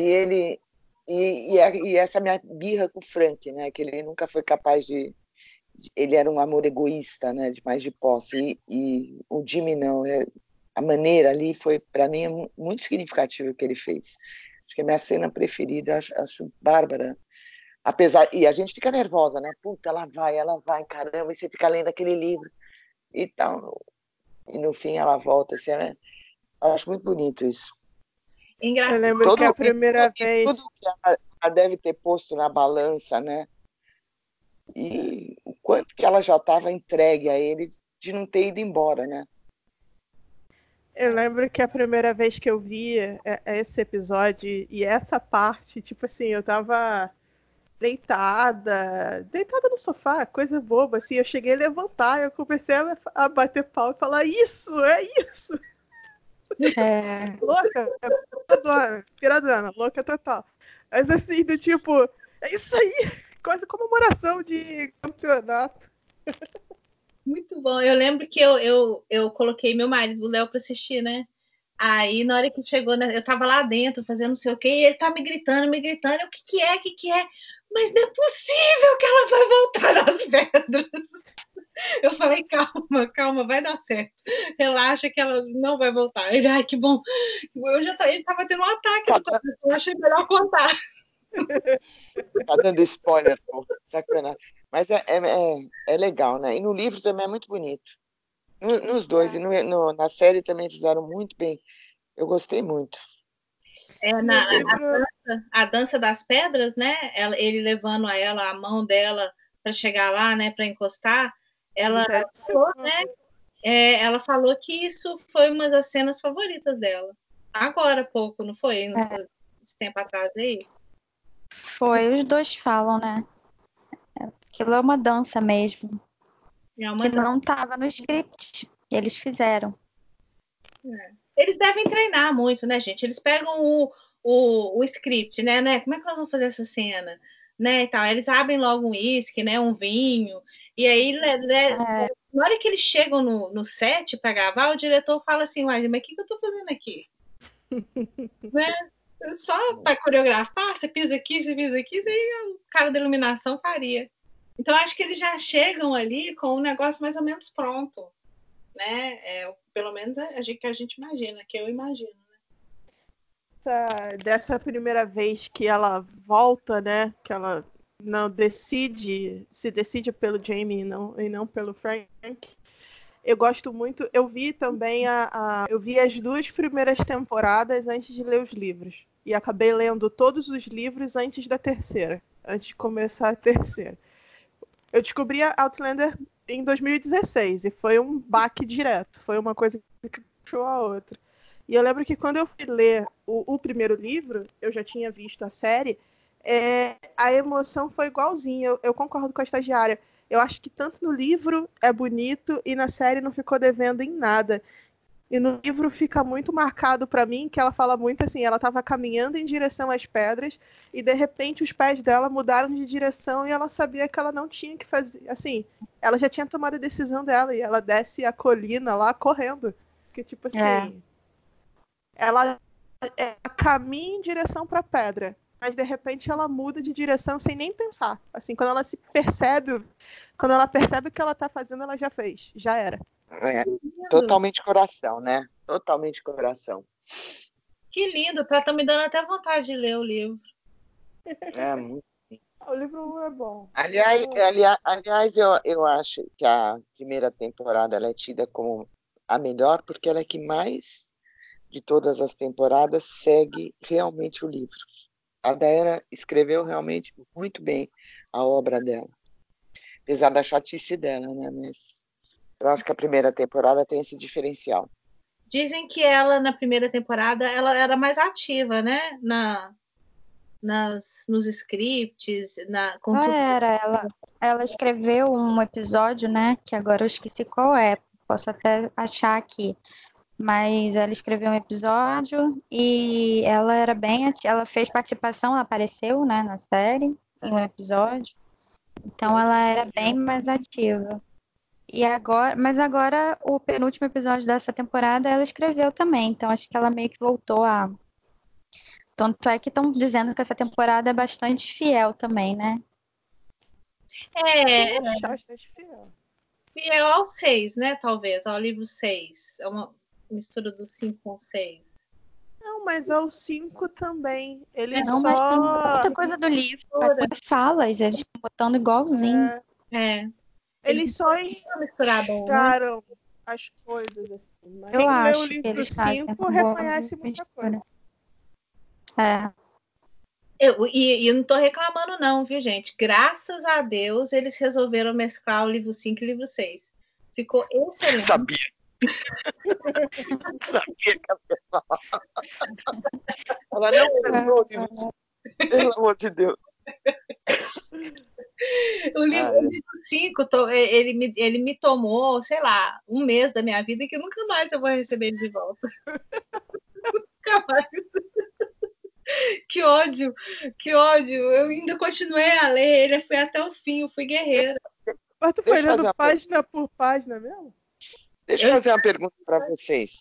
e essa minha birra com o Frank, né? Que ele nunca foi capaz ele era um amor egoísta, né? De mais de posse e o Jimmy não, a maneira ali foi para mim muito significativo o que ele fez. Acho que é a minha cena preferida, acho bárbara. Apesar, e a gente fica nervosa, né? Puta, ela vai, caramba, e você fica lendo aquele livro e tal. E no fim ela volta, assim, né? Acho muito bonito isso. Eu Engraçado. lembro que a primeira vez. Tudo que ela deve ter posto na balança, né? E o quanto que ela já estava entregue a ele de não ter ido embora, né? Eu lembro que a primeira vez que eu vi esse episódio e essa parte, tipo assim, eu tava deitada no sofá, coisa boba, assim, eu cheguei a levantar, eu comecei a bater pau e falar, isso, é isso! É, Louca, piradona, louca total. Mas assim, do tipo, é isso aí, quase comemoração de campeonato. Muito bom. Eu lembro que eu coloquei meu marido, o Léo, para assistir, né? Aí, na hora que chegou, né, eu tava lá dentro fazendo não sei o quê, e ele tá me gritando, o que que é, o que que é? Mas não é possível que ela vai voltar às pedras. Eu falei, calma, calma, vai dar certo. Relaxa que ela não vai voltar. Ele, ai, que bom. Ele tava tendo um ataque do coração, eu achei melhor contar. Tá dando spoiler, pô, sacanagem. Mas é legal, né? E no livro também é muito bonito. Nos dois, e na série também fizeram muito bem. Eu gostei muito. No livro, A dança das pedras, né? Ele levando a mão dela para chegar lá, né? Para encostar. Ela falou, né? Ela falou que isso foi uma das cenas favoritas dela. Agora há pouco, não foi? Não foi esse tempo atrás aí? foi, os dois falam, né? Aquilo é uma dança mesmo. Que não estava no script. Eles fizeram. Eles devem treinar muito, né, gente? Eles pegam o script, né? Como é que nós vamos fazer essa cena? Né, e tal. Eles abrem logo um uísque, né? Um vinho. E aí, na hora que eles chegam no set para gravar, o diretor fala assim, uai, mas o que eu tô fazendo aqui? Né? Só para coreografar, você pisa aqui, aí o cara da iluminação faria. Então, acho que eles já chegam ali com o negócio mais ou menos pronto, né? Pelo menos que a gente imagina, que eu imagino. Dessa primeira vez que ela volta, né? Que ela não se decide pelo Jamie e não pelo Frank. Eu gosto muito. Eu vi também eu vi as 2 primeiras temporadas antes de ler os livros. E acabei lendo todos os livros antes da terceira. Antes de começar a terceira. Eu descobri a Outlander em 2016 e foi um baque direto. Foi uma coisa que puxou a outra. E eu lembro que quando eu fui ler o primeiro livro, eu já tinha visto a série, a emoção foi igualzinha. Eu concordo com a estagiária. Eu acho que tanto no livro é bonito e na série não ficou devendo em nada. E no livro fica muito marcado para mim que ela fala muito assim, ela estava caminhando em direção às pedras e de repente os pés dela mudaram de direção e ela sabia que ela não tinha que fazer, assim, ela já tinha tomado a decisão dela e ela desce a colina lá correndo, que tipo assim, ela caminha em direção para a pedra, mas de repente ela muda de direção sem nem pensar. Assim, quando ela percebe o que ela está fazendo, ela já fez, já era. Totalmente coração, né? Totalmente coração. Que lindo, tá me dando até vontade de ler o livro. Muito. O livro é bom. Aliás, eu acho que a primeira temporada ela é tida como a melhor, porque ela é que mais de todas as temporadas segue realmente o livro. A Diana escreveu realmente muito bem a obra dela, apesar da chatice dela, né? Mas eu acho que a primeira temporada tem esse diferencial. Dizem que ela, na primeira temporada, ela era mais ativa, né? Nos scripts, Ela escreveu um episódio, né? Que agora eu esqueci qual é. Posso até achar aqui. mas ela escreveu um episódio e ela era ela fez participação, ela apareceu, né, na série, em um episódio. Então ela era bem mais ativa. Mas agora o penúltimo episódio dessa temporada ela escreveu também, então acho que ela meio que voltou a. Tanto é que estão dizendo que essa temporada é bastante fiel também, né? É, Bastante fiel. fiel ao 6, né? Talvez, ao livro 6. É uma mistura do 5 com o 6. Não, mas é o 5 também. Ele Não, mas tem só. muita coisa do livro, falas, eles estão botando igualzinho. É. Eles só misturaram, né? enxaram as coisas, assim. Mas Eu quem lê o acho que livro eles fazem 5 uma boa reconhece muita coisa. mistura. É. Eu não tô reclamando, não, viu, gente? Graças a Deus, eles resolveram mesclar o livro 5 e o livro 6. Ficou excelente. Sabia. Sabia que ela ia falar. Ela não lembrou o livro 5. Pelo amor de Deus. O livro 5, ele me tomou, sei lá, um mês da minha vida que nunca mais eu vou receber ele de volta. Nunca mais. Que ódio, que ódio. Eu ainda continuei a ler ele, fui até o fim, eu fui guerreira. Mas tu foi lendo página por página mesmo? Deixa eu fazer uma pergunta para vocês.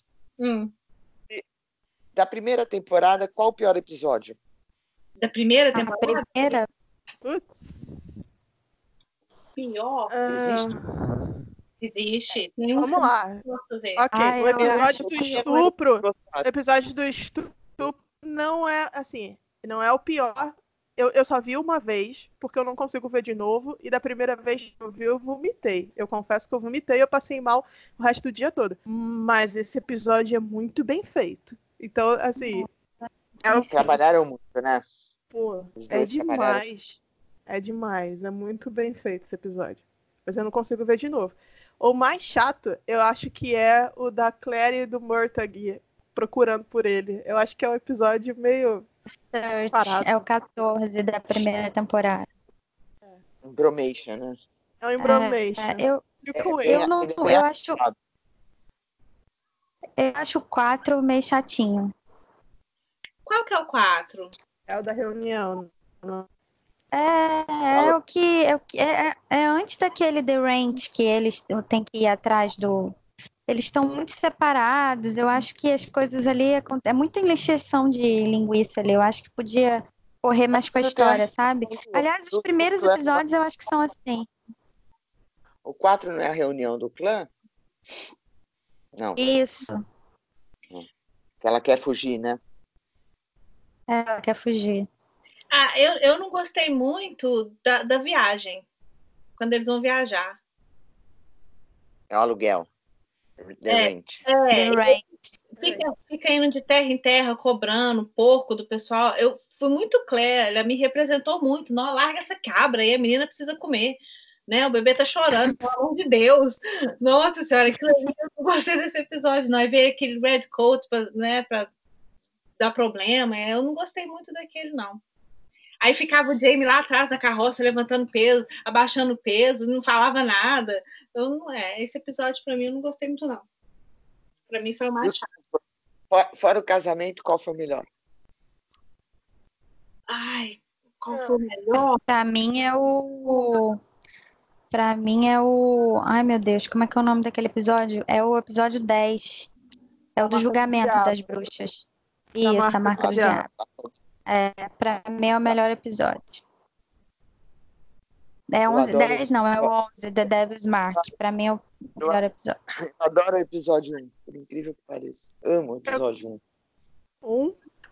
Da primeira temporada, qual o pior episódio? Da primeira temporada? A primeira? Putz. Pior? Existe? Existe. Vamos lá. Ok, o episódio do estupro. O episódio do estupro não é assim, não é o pior. Eu só vi uma vez, porque eu não consigo ver de novo, e da primeira vez que eu vi, eu vomitei. Eu confesso que eu vomitei, eu passei mal o resto do dia todo. Mas esse episódio é muito bem feito. Então, assim... Trabalharam muito, né? Pô, é demais. É demais, é muito bem feito esse episódio. Mas eu não consigo ver de novo. O mais chato, eu acho que é o da Claire e do Murtagh procurando por ele. Eu acho que é um episódio meio parado. É o 14 da primeira temporada. Embromation, né? É um embromation. Eu acho o 4 meio chatinho. Qual que é o 4? É o da reunião. É antes daquele The Ranch que eles têm que ir atrás do... Eles estão muito separados. Eu acho que as coisas ali... É muita encheção de linguiça ali. Eu acho que podia correr mais com a história, sabe? Aliás, os primeiros episódios eu acho que são assim. O 4 não é a reunião do clã? Não. Isso. Que ela quer fugir, né? Ela quer fugir. Eu não gostei muito da viagem. Quando eles vão viajar. É o aluguel. The Rent. Fica indo de terra em terra, cobrando porco do pessoal. Eu fui muito Claire, ela me representou muito. Não, larga essa cabra aí, a menina precisa comer. Né? O bebê tá chorando, pelo amor de Deus. Nossa senhora, eu não gostei desse episódio, não. Aí veio aquele red coat pra dar problema. Eu não gostei muito daquele, não. Aí ficava o Jamie lá atrás da carroça, levantando peso, abaixando peso, não falava nada. Esse episódio, pra mim, eu não gostei muito, não. Pra mim, foi o mais chato. Fora o casamento, qual foi o melhor? Ai, qual foi o melhor? Pra mim é o... Ai, meu Deus, como é que é o nome daquele episódio? É o episódio 10. É o do julgamento das bruxas. Isso, a marca do diabo. Pra mim é o melhor episódio. É 11, 10 não, é o 11, The Devil's Mark. Pra mim é o melhor episódio. Eu adoro o episódio 1, por incrível que pareça. Amo o episódio 1.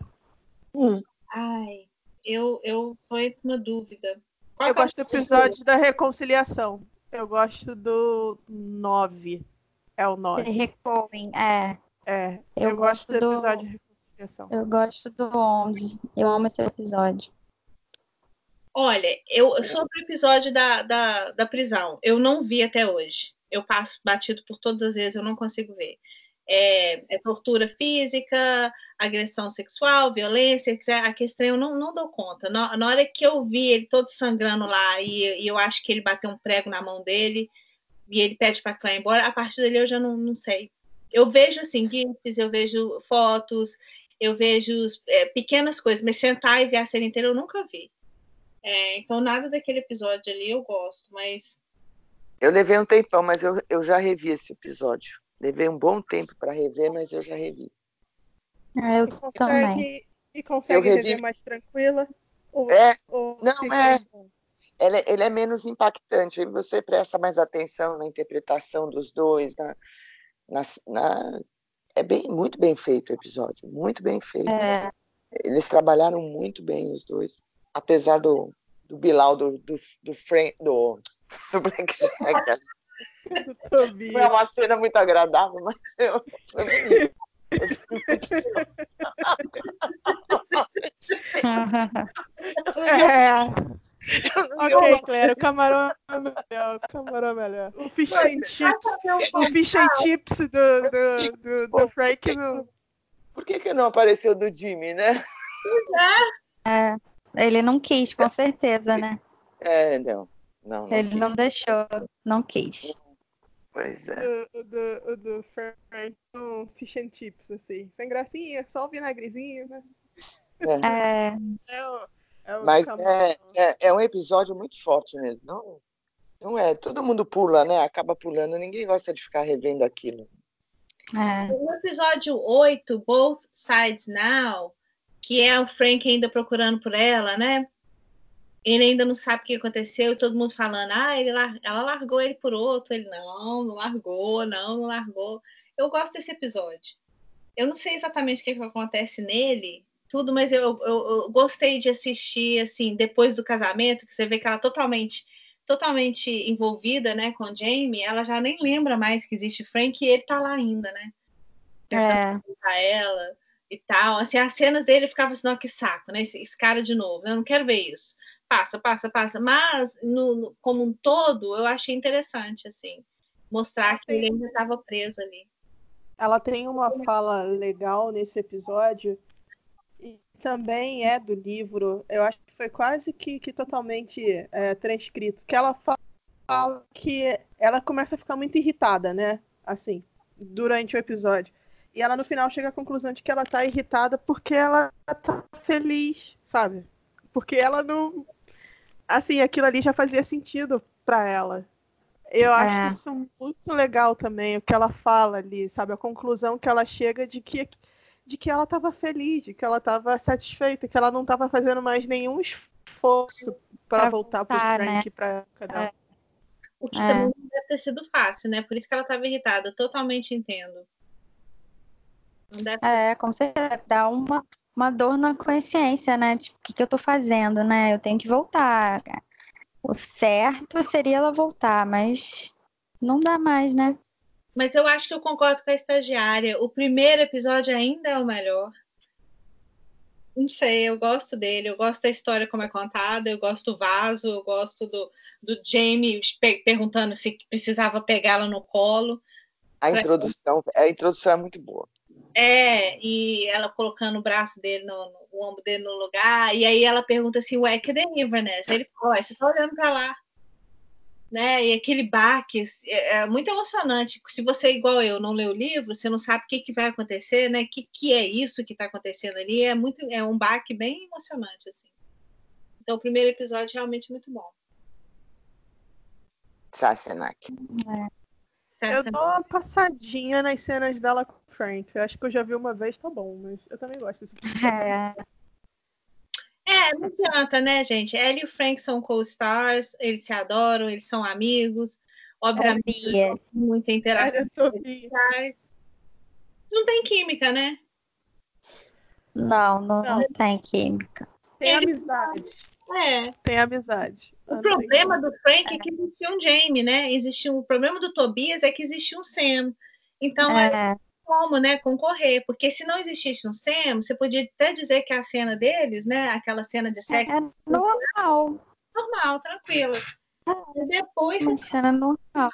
Ai, eu tô com uma dúvida. Eu gosto do episódio da reconciliação. Eu gosto do 9. É o 9. Recoveling, eu gosto do episódio de reconciliação. Eu gosto do 11. Eu amo esse episódio. Olha, sobre o episódio da prisão, eu não vi até hoje. Eu passo batido por todas as vezes, eu não consigo ver. É tortura física, agressão sexual, violência, a questão eu não dou conta. Na hora que eu vi ele todo sangrando lá e eu acho que ele bateu um prego na mão dele e ele pede para Claire ir embora, a partir dali eu já não sei. Eu vejo, assim, GIFs, eu vejo fotos, eu vejo pequenas coisas, mas sentar e ver a série inteira eu nunca vi. Então, nada daquele episódio ali eu gosto, mas... Eu levei um tempão, mas eu já revi esse episódio. Levei um bom tempo para rever, mas eu já revi. Eu também. E consegue revi... rever mais tranquila? Ele é menos impactante. E você presta mais atenção na interpretação dos dois. É muito bem feito o episódio. Muito bem feito. Eles trabalharam muito bem, os dois. Apesar do Bilal, do Frank... do Black Jack. Foi uma cena muito agradável, mas foi bonito. Ok, Claire, o camarão é melhor. O fish and chips do Frank não... Por que não apareceu do Jimmy, né? Ele não quis, com certeza, né? Não ele quis. não deixou, não quis. Pois é. O do Frank com fish and chips, assim. Sem gracinha, só o vinagrezinho, né? Mas é um episódio muito forte mesmo. Não é? Todo mundo pula, né? Acaba pulando. Ninguém gosta de ficar revendo aquilo. No episódio 8, Both Sides Now, que é o Frank ainda procurando por ela, né? Ele ainda não sabe o que aconteceu e todo mundo falando, ela largou ele por outro. Ele, não largou. Eu gosto desse episódio. Eu não sei exatamente o que acontece nele, tudo, mas eu gostei de assistir, assim, depois do casamento, que você vê que ela totalmente envolvida, né, com o Jamie, ela já nem lembra mais que existe Frank e ele tá lá ainda, né? Tentando contar ela e tal. Assim, as cenas dele ficavam assim, não, que saco, né? Esse cara de novo, eu não quero ver isso. Passa. Mas, como um todo, eu achei interessante, assim, mostrar que ele ainda estava preso ali. Ela tem uma fala legal nesse episódio e também é do livro. Eu acho que foi quase que totalmente transcrito. Que ela fala que ela começa a ficar muito irritada, né? Assim, durante o episódio. E ela no final chega à conclusão de que ela tá irritada porque ela tá feliz, sabe? Porque ela não... Assim, aquilo ali já fazia sentido pra ela. Eu acho isso muito legal também, o que ela fala ali, sabe? A conclusão que ela chega de que ela estava feliz, de que ela estava satisfeita, que ela não estava fazendo mais nenhum esforço para voltar pro Frank, né? Pra cada O que também não deve ter sido fácil, né? Por isso que ela estava irritada. Eu totalmente entendo. Não deve com certeza. Dá uma dor na consciência, né? Tipo, o que eu tô fazendo, né? Eu tenho que voltar. O certo seria ela voltar, mas não dá mais, né? Mas eu acho que eu concordo com a estagiária. O primeiro episódio ainda é o melhor. Não sei, eu gosto dele, eu gosto da história como é contada, eu gosto do vaso, eu gosto do Jamie perguntando se precisava pegá-la no colo. A introdução é muito boa. E ela colocando o braço dele, o ombro dele no lugar, e aí ela pergunta assim, ué, cadê Inverness? Aí ele fala, você tá olhando pra lá. Né? E aquele baque é muito emocionante. Se você, igual eu, não lê o livro, você não sabe o que vai acontecer, né? Que é isso que está acontecendo ali. É um baque bem emocionante, assim. Então, o primeiro episódio é realmente muito bom. Sassenach. Eu dou uma passadinha nas cenas dela com o Frank. Eu acho que eu já vi uma vez, tá bom, mas eu também gosto desse episódio. Não adianta, né, gente? Ela e o Frank são co-stars, eles se adoram, eles são amigos. Obviamente, muita interação. Não tem química, né? Não tem química. Tem amizade. Tem amizade. O problema do Frank é que existia um Jamie, né? O problema do Tobias é que existia um Sam. Então, como, né, concorrer? Porque se não existisse um Sam, você podia até dizer que a cena deles, né, aquela cena de sexo... Normal, tranquila. E depois... Uma cena normal.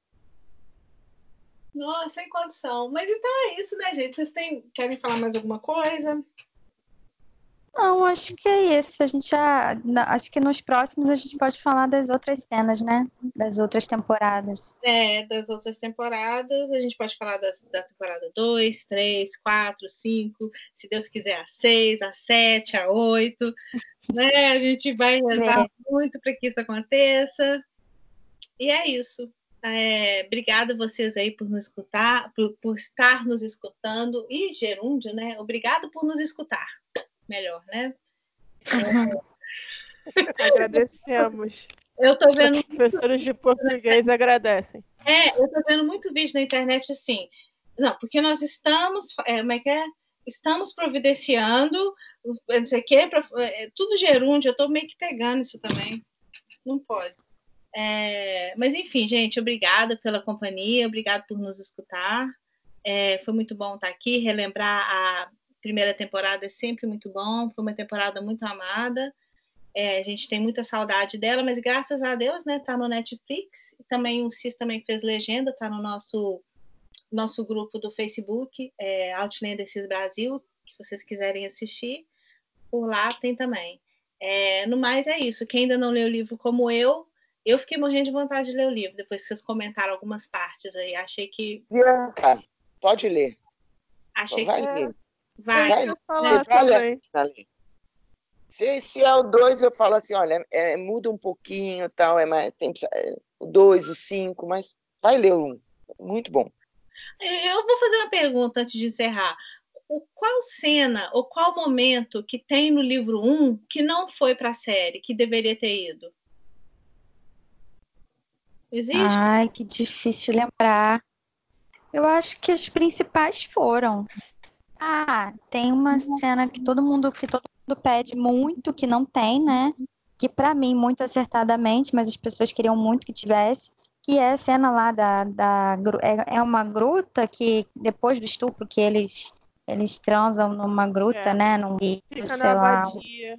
Nossa, sem condição. Mas então é isso, né, gente? Vocês querem falar mais alguma coisa? Não, acho que é isso. A gente já. Acho que nos próximos a gente pode falar das outras cenas, né? Das outras temporadas. Das outras temporadas, a gente pode falar da temporada 2, 3, 4, 5, se Deus quiser, a 6, a 7, a 8, né? A gente vai rezar muito para que isso aconteça. E é isso. Obrigada vocês aí por nos escutar, por estar nos escutando. E gerúndio, né? Obrigado por nos escutar. Melhor, né? Agradecemos. Eu tô vendo. Os professores de português agradecem. Eu tô vendo muito vídeo na internet assim. Não, porque nós estamos. Como é que é? Estamos providenciando, não sei o quê, tudo gerúndio. Eu tô meio que pegando isso também. Não pode. Mas, enfim, gente, obrigada pela companhia, obrigada por nos escutar. Foi muito bom estar aqui, relembrar a primeira temporada é sempre muito bom, foi uma temporada muito amada. A gente tem muita saudade dela, mas graças a Deus, né, tá no Netflix. Também o Cis também fez legenda, tá no nosso grupo do Facebook, Outlander Cis Brasil, se vocês quiserem assistir, por lá tem também. No mais é isso, quem ainda não leu o livro como eu fiquei morrendo de vontade de ler o livro, depois que vocês comentaram algumas partes aí, achei que... Bianca, pode ler. Achei vai que... ler. Vai falar também. Se é o 2, eu falo assim, olha, muda um pouquinho, tal, tem o 2, o 5, mas vai ler o 1. Muito bom. Eu vou fazer uma pergunta antes de encerrar. Qual cena ou qual momento que tem no livro 1 que não foi para a série, que deveria ter ido? Existe? Ai, que difícil lembrar. Eu acho que as principais foram. Tem uma cena que todo mundo pede muito, que não tem, né? Que para mim, muito acertadamente, mas as pessoas queriam muito que tivesse, que é a cena lá é uma gruta que, depois do estupro, que eles transam numa gruta, né? Num rio, Fica sei na lá. abadia.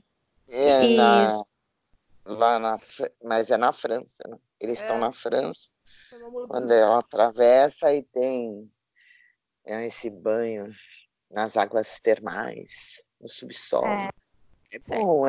Mas é na França, né? Eles estão na França. Quando Quando ela atravessa e tem esse banho nas águas termais, no subsolo. É bom.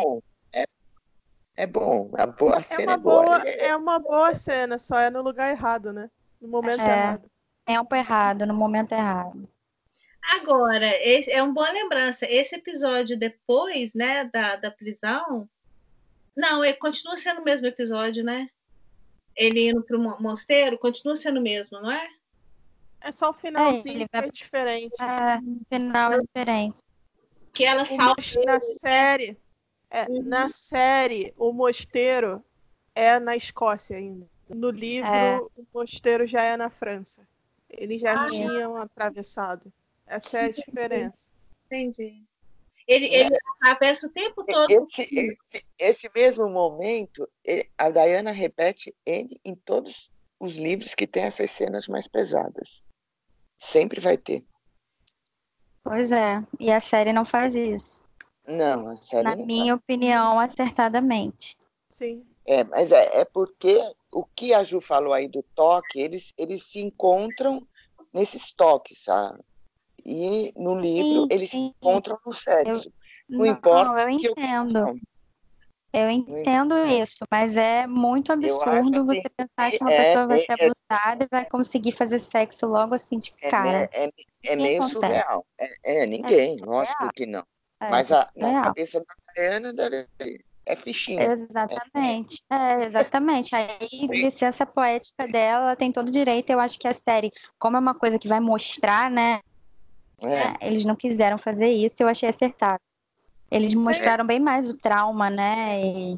É bom. A cena é boa. É uma boa cena, só é no lugar errado, né? No momento errado. Tempo errado, no momento errado. Agora, é uma boa lembrança. Esse episódio depois, né, da prisão... Não, continua sendo o mesmo episódio, né? Ele indo para o mosteiro, continua sendo o mesmo, não é? É só o finalzinho que é diferente. O final é diferente. Que ela salva na série. Na série, o mosteiro é na Escócia ainda. No livro, o mosteiro já é na França. Eles já tinham atravessado. Essa é a diferença. Entendi. Ele atravessa o tempo todo. Esse mesmo momento, a Diana repete ele em todos os livros que tem essas cenas mais pesadas. Sempre vai ter. Pois é, e a série não faz isso. Não, a série não. Na minha opinião, acertadamente. Sim. Mas é porque o que a Ju falou aí do toque, eles se encontram nesses toques, sabe? E no livro eles se encontram no sexo. Não importa. Eu entendo. Eu entendo isso, mas é muito absurdo você pensar que uma pessoa vai ser abusada e vai conseguir fazer sexo logo assim de cara. É meio surreal. Ninguém, lógico que não. Mas na cabeça da Diana é fichinha. Exatamente. Exatamente. Aí, licença poética dela, ela tem todo direito. Eu acho que a série, como é uma coisa que vai mostrar, né? Eles não quiseram fazer isso, eu achei acertado. Eles mostraram bem mais o trauma, né?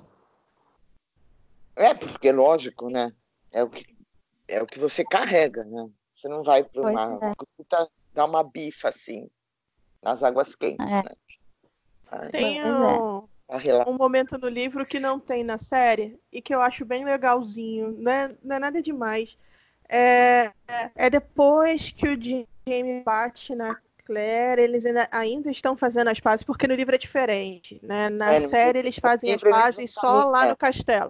Porque lógico, né? É o que você carrega, né? Você não vai para uma gruta dar uma bifa assim nas águas quentes, né? Tem um momento no livro que não tem na série e que eu acho bem legalzinho, não é nada demais. É depois que o Jamie bate na Claire, eles ainda estão fazendo as pazes, porque no livro é diferente, né? Na série eles fazem as pazes só lá no castelo.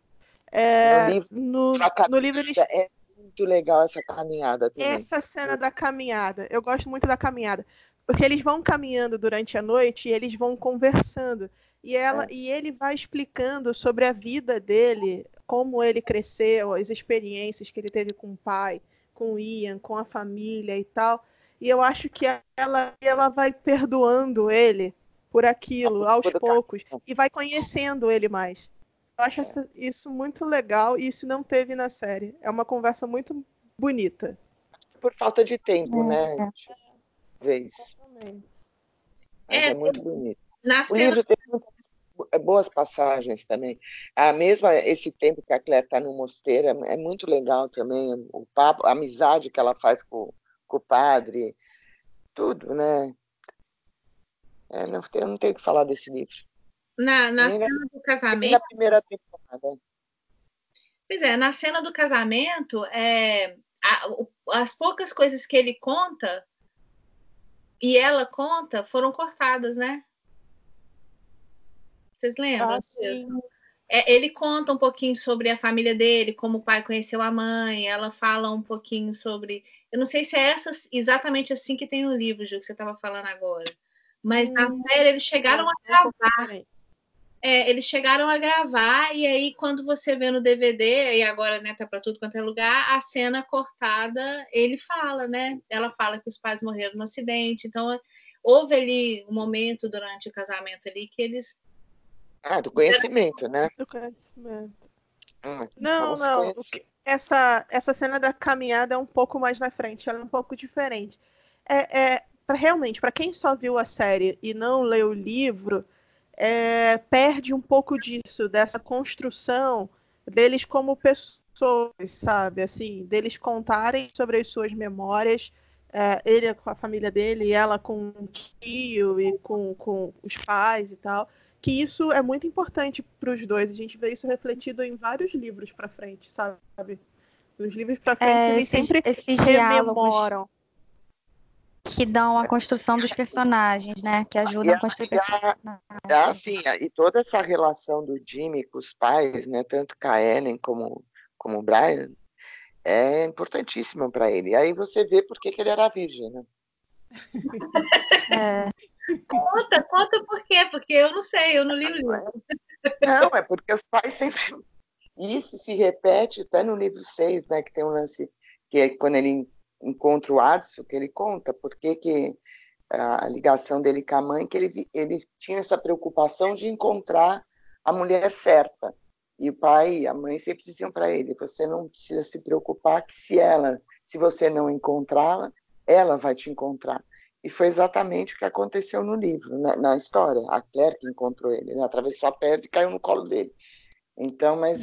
No livro eles... É muito legal essa caminhada também. Essa cena da caminhada, eu gosto muito da caminhada. Porque eles vão caminhando durante a noite e eles vão conversando. E ele vai explicando sobre a vida dele, como ele cresceu, as experiências que ele teve com o pai, com o Ian, com a família e tal. E eu acho que ela vai perdoando ele por aquilo, aos poucos, e vai conhecendo ele mais. Eu acho isso muito legal e isso não teve na série. É uma conversa muito bonita. Por falta de tempo, né? Vez. Mas é muito bonito. O livro tem boas passagens também. Mesmo esse tempo que a Claire está no mosteiro é muito legal também. O papo, a amizade que ela faz com o padre, tudo, né? Eu não tenho o que falar desse livro. Na cena do casamento. Nem na primeira temporada. Pois é, na cena do casamento, as poucas coisas que ele conta e ela conta foram cortadas, né? Vocês lembram? Sim. Ele conta um pouquinho sobre a família dele, como o pai conheceu a mãe, ela fala um pouquinho sobre... Eu não sei se é exatamente assim que tem no livro, Ju, que você estava falando agora. Mas na série eles chegaram a gravar. Eles chegaram a gravar, e aí quando você vê no DVD, e agora, né, tá para tudo quanto é lugar, a cena cortada, ele fala, né? Ela fala que os pais morreram no acidente. Então, houve ali um momento durante o casamento ali que eles... do conhecimento, né? Do conhecimento. Não. Essa cena da caminhada é um pouco mais na frente, ela é um pouco diferente. Realmente, para quem só viu a série e não leu o livro, perde um pouco disso, dessa construção deles como pessoas, sabe? Assim, deles contarem sobre as suas memórias, ele com a família dele, e ela com o tio e com os pais e tal. Que isso é muito importante para os dois. A gente vê isso refletido em vários livros para frente, sabe? Nos livros para frente, eles sempre rememoram. Que dão a construção dos personagens, né? Que ajudam a construir personagens. Sim, e toda essa relação do Jimmy com os pais, né? Tanto com a Ellen como o Brian, é importantíssima para ele. E aí você vê por que ele era virgem, né? Conta por quê? Porque eu não sei, eu não li o livro. Não, é porque os pais sempre... Isso se repete até no livro 6, né? Que tem um lance que é quando ele encontra o Adson, que ele conta por que a ligação dele com a mãe, que ele tinha essa preocupação de encontrar a mulher certa. E o pai e a mãe sempre diziam para ele, você não precisa se preocupar que se você não encontrá-la, ela vai te encontrar. E foi exatamente o que aconteceu no livro, na história. A Claire que encontrou ele, né? Atravessou a pedra e caiu no colo dele. Então, mas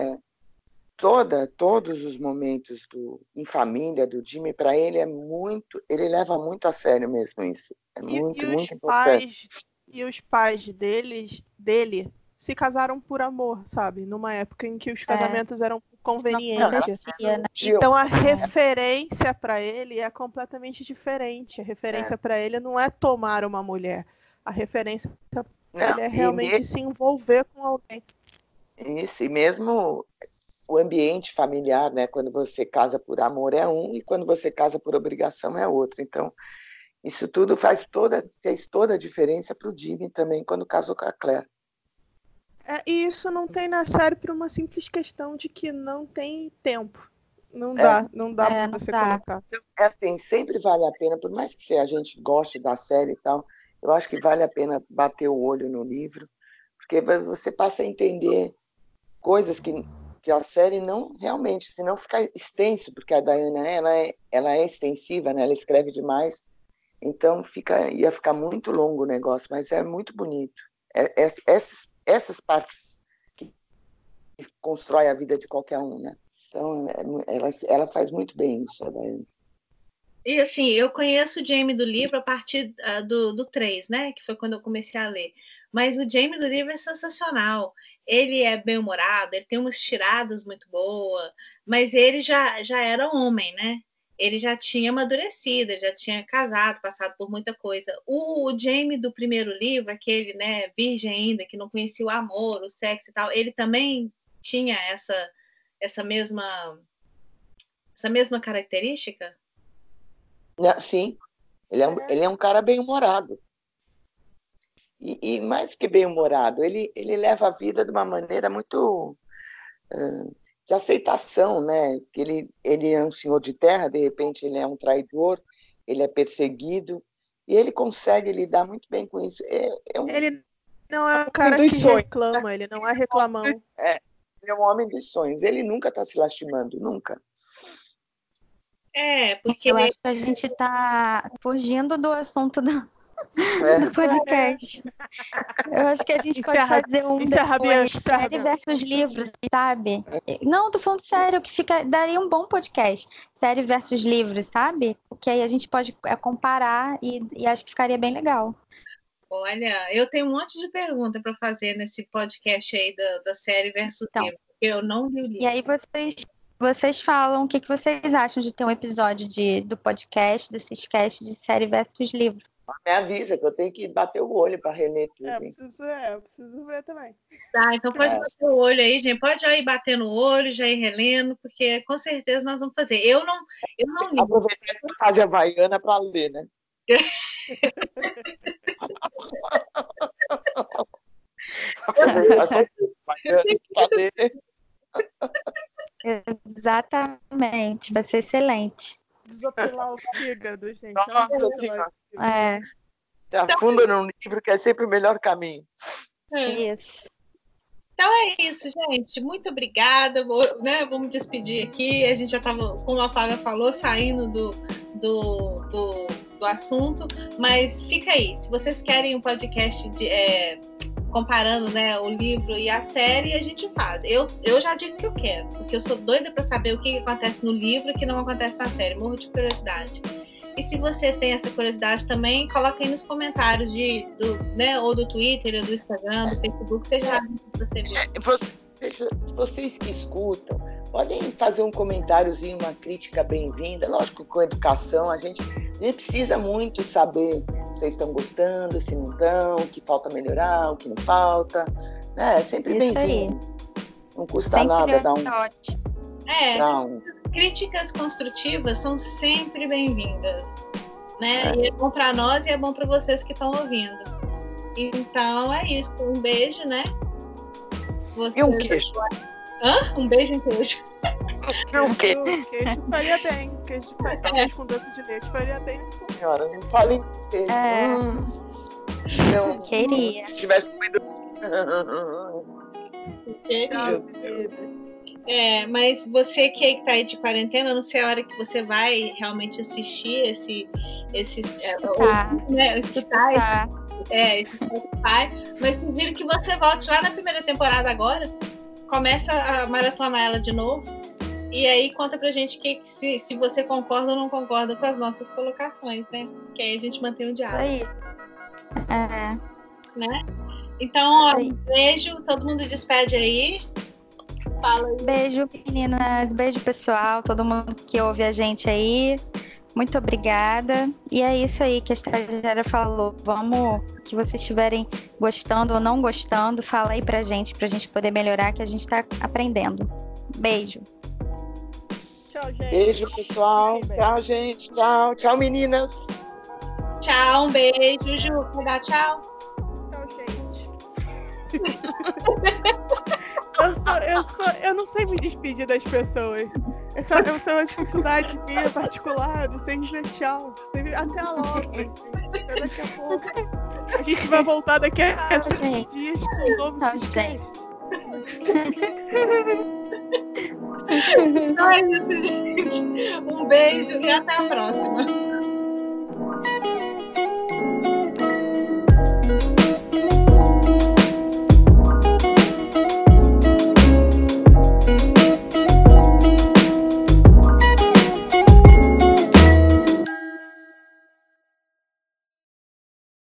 todos os momentos em família do Jimmy, para ele ele leva muito a sério mesmo isso. É muito importante. E os pais dele se casaram por amor, sabe? Numa época em que os casamentos eram por conveniência. Então a referência para ele é completamente diferente. A referência para ele não é tomar uma mulher. A referência para ele é realmente se envolver com alguém. Isso, e mesmo o ambiente familiar, né? Quando você casa por amor é um, e quando você casa por obrigação é outro. Então, isso tudo fez toda a diferença para o Jimmy também, quando casou com a Claire. E isso não tem na série por uma simples questão de que não tem tempo. Não dá para você colocar. Assim, sempre vale a pena, por mais que a gente goste da série e tal, eu acho que vale a pena bater o olho no livro, porque você passa a entender coisas que a série não realmente, senão fica extenso, porque a Diana ela é extensiva, né? Ela escreve demais, então ia ficar muito longo o negócio, mas é muito bonito. Essas partes que constrói a vida de qualquer um, né? Então, ela faz muito bem isso, a Diana. E assim, eu conheço o Jamie do livro a partir do 3, né? Que foi quando eu comecei a ler. Mas o Jamie do livro é sensacional. Ele é bem-humorado, ele tem umas tiradas muito boas, mas ele já era homem, né? Ele já tinha amadurecido, ele já tinha casado, passado por muita coisa. O Jamie do primeiro livro, aquele, né, virgem ainda, que não conhecia o amor, o sexo e tal, ele também tinha essa mesma característica? Sim, Ele é um cara bem-humorado. E mais que bem-humorado, ele leva a vida de uma maneira muito de aceitação, né? Ele é um senhor de terra, de repente ele é um traidor, ele é perseguido, e ele consegue lidar muito bem com isso. Ele não é um cara que reclama, ele não é reclamão. Ele é um homem dos sonhos, ele nunca está se lastimando, nunca. Porque eu acho que a gente está fugindo do assunto do podcast. Eu acho que a gente pode fazer um depois, série versus livros, sabe? Não, tô falando sério, que daria um bom podcast. Série versus livros, sabe? Porque aí a gente pode comparar e acho que ficaria bem legal. Olha, eu tenho um monte de pergunta para fazer nesse podcast aí da série versus livro, porque eu não li o livro. E aí vocês falam o que vocês acham de ter um episódio do podcast, do Ciscast, de série versus livro. Me avisa que eu tenho que bater o olho para reler tudo. Eu preciso ver também. Tá, então pode bater o olho aí, gente. Pode já ir batendo o olho, já ir relendo, porque com certeza nós vamos fazer. Eu não li. Aproveitar essa fase havaiana para ler, né? Exatamente, vai ser excelente. Desopilar o fígado, gente. Nossa senhora. Te afunda num livro que é sempre o melhor caminho. Isso. Então é isso, gente. Muito obrigada. Vamos despedir aqui. A gente já estava, como a Flávia falou, saindo do assunto, mas fica aí. Se vocês querem um podcast comparando, né, o livro e a série, a gente faz. Eu já digo que eu quero, porque eu sou doida para saber o que acontece no livro e o que não acontece na série. Morro de curiosidade. E se você tem essa curiosidade também, coloca aí nos comentários ou do Twitter, ou do Instagram, do Facebook, seja lá para você ver. Vocês que escutam, podem fazer um comentáriozinho, uma crítica bem-vinda. Lógico, com educação, a gente precisa muito saber se vocês estão gostando, se não estão, o que falta melhorar, o que não falta. É sempre bem-vindo. Não custa sempre nada dar um... Críticas construtivas são sempre bem-vindas, né? E é bom para nós e é bom para vocês que estão ouvindo. Então é isso. Um beijo, né? E um queijo. Um beijo e um queijo. Queijo faria bem. Queijo com doce de leite faria bem. Senhora, não fale em queijo. Não queria. Se tivesse comendo... Mas você que está aí de quarentena, não sei a hora que você vai realmente assistir escutar, mas sugiro que você volte lá na primeira temporada agora, começa a maratonar ela de novo, e aí conta pra gente se você concorda ou não concorda com as nossas colocações, né? Que aí a gente mantém o diálogo. Aí. Né? Então, um beijo, todo mundo despede aí. Fala aí. Beijo, meninas. Beijo, pessoal. Todo mundo que ouve a gente aí. Muito obrigada. E é isso aí que a estagiária falou. Vamos, que vocês estiverem gostando ou não gostando, fala aí pra gente poder melhorar, que a gente tá aprendendo. Beijo. Tchau, gente. Beijo, pessoal. Tchau, gente. Tchau. Tchau, meninas. Tchau, um beijo, Ju. Quer dar tchau? Tchau, gente. Eu não sei me despedir das pessoas. Essa é uma dificuldade minha particular, não sei dizer tchau. Até logo. Até daqui a pouco. A gente vai voltar daqui a 3 dias com um novo podcast. Então é isso, gente. Um beijo e até a próxima.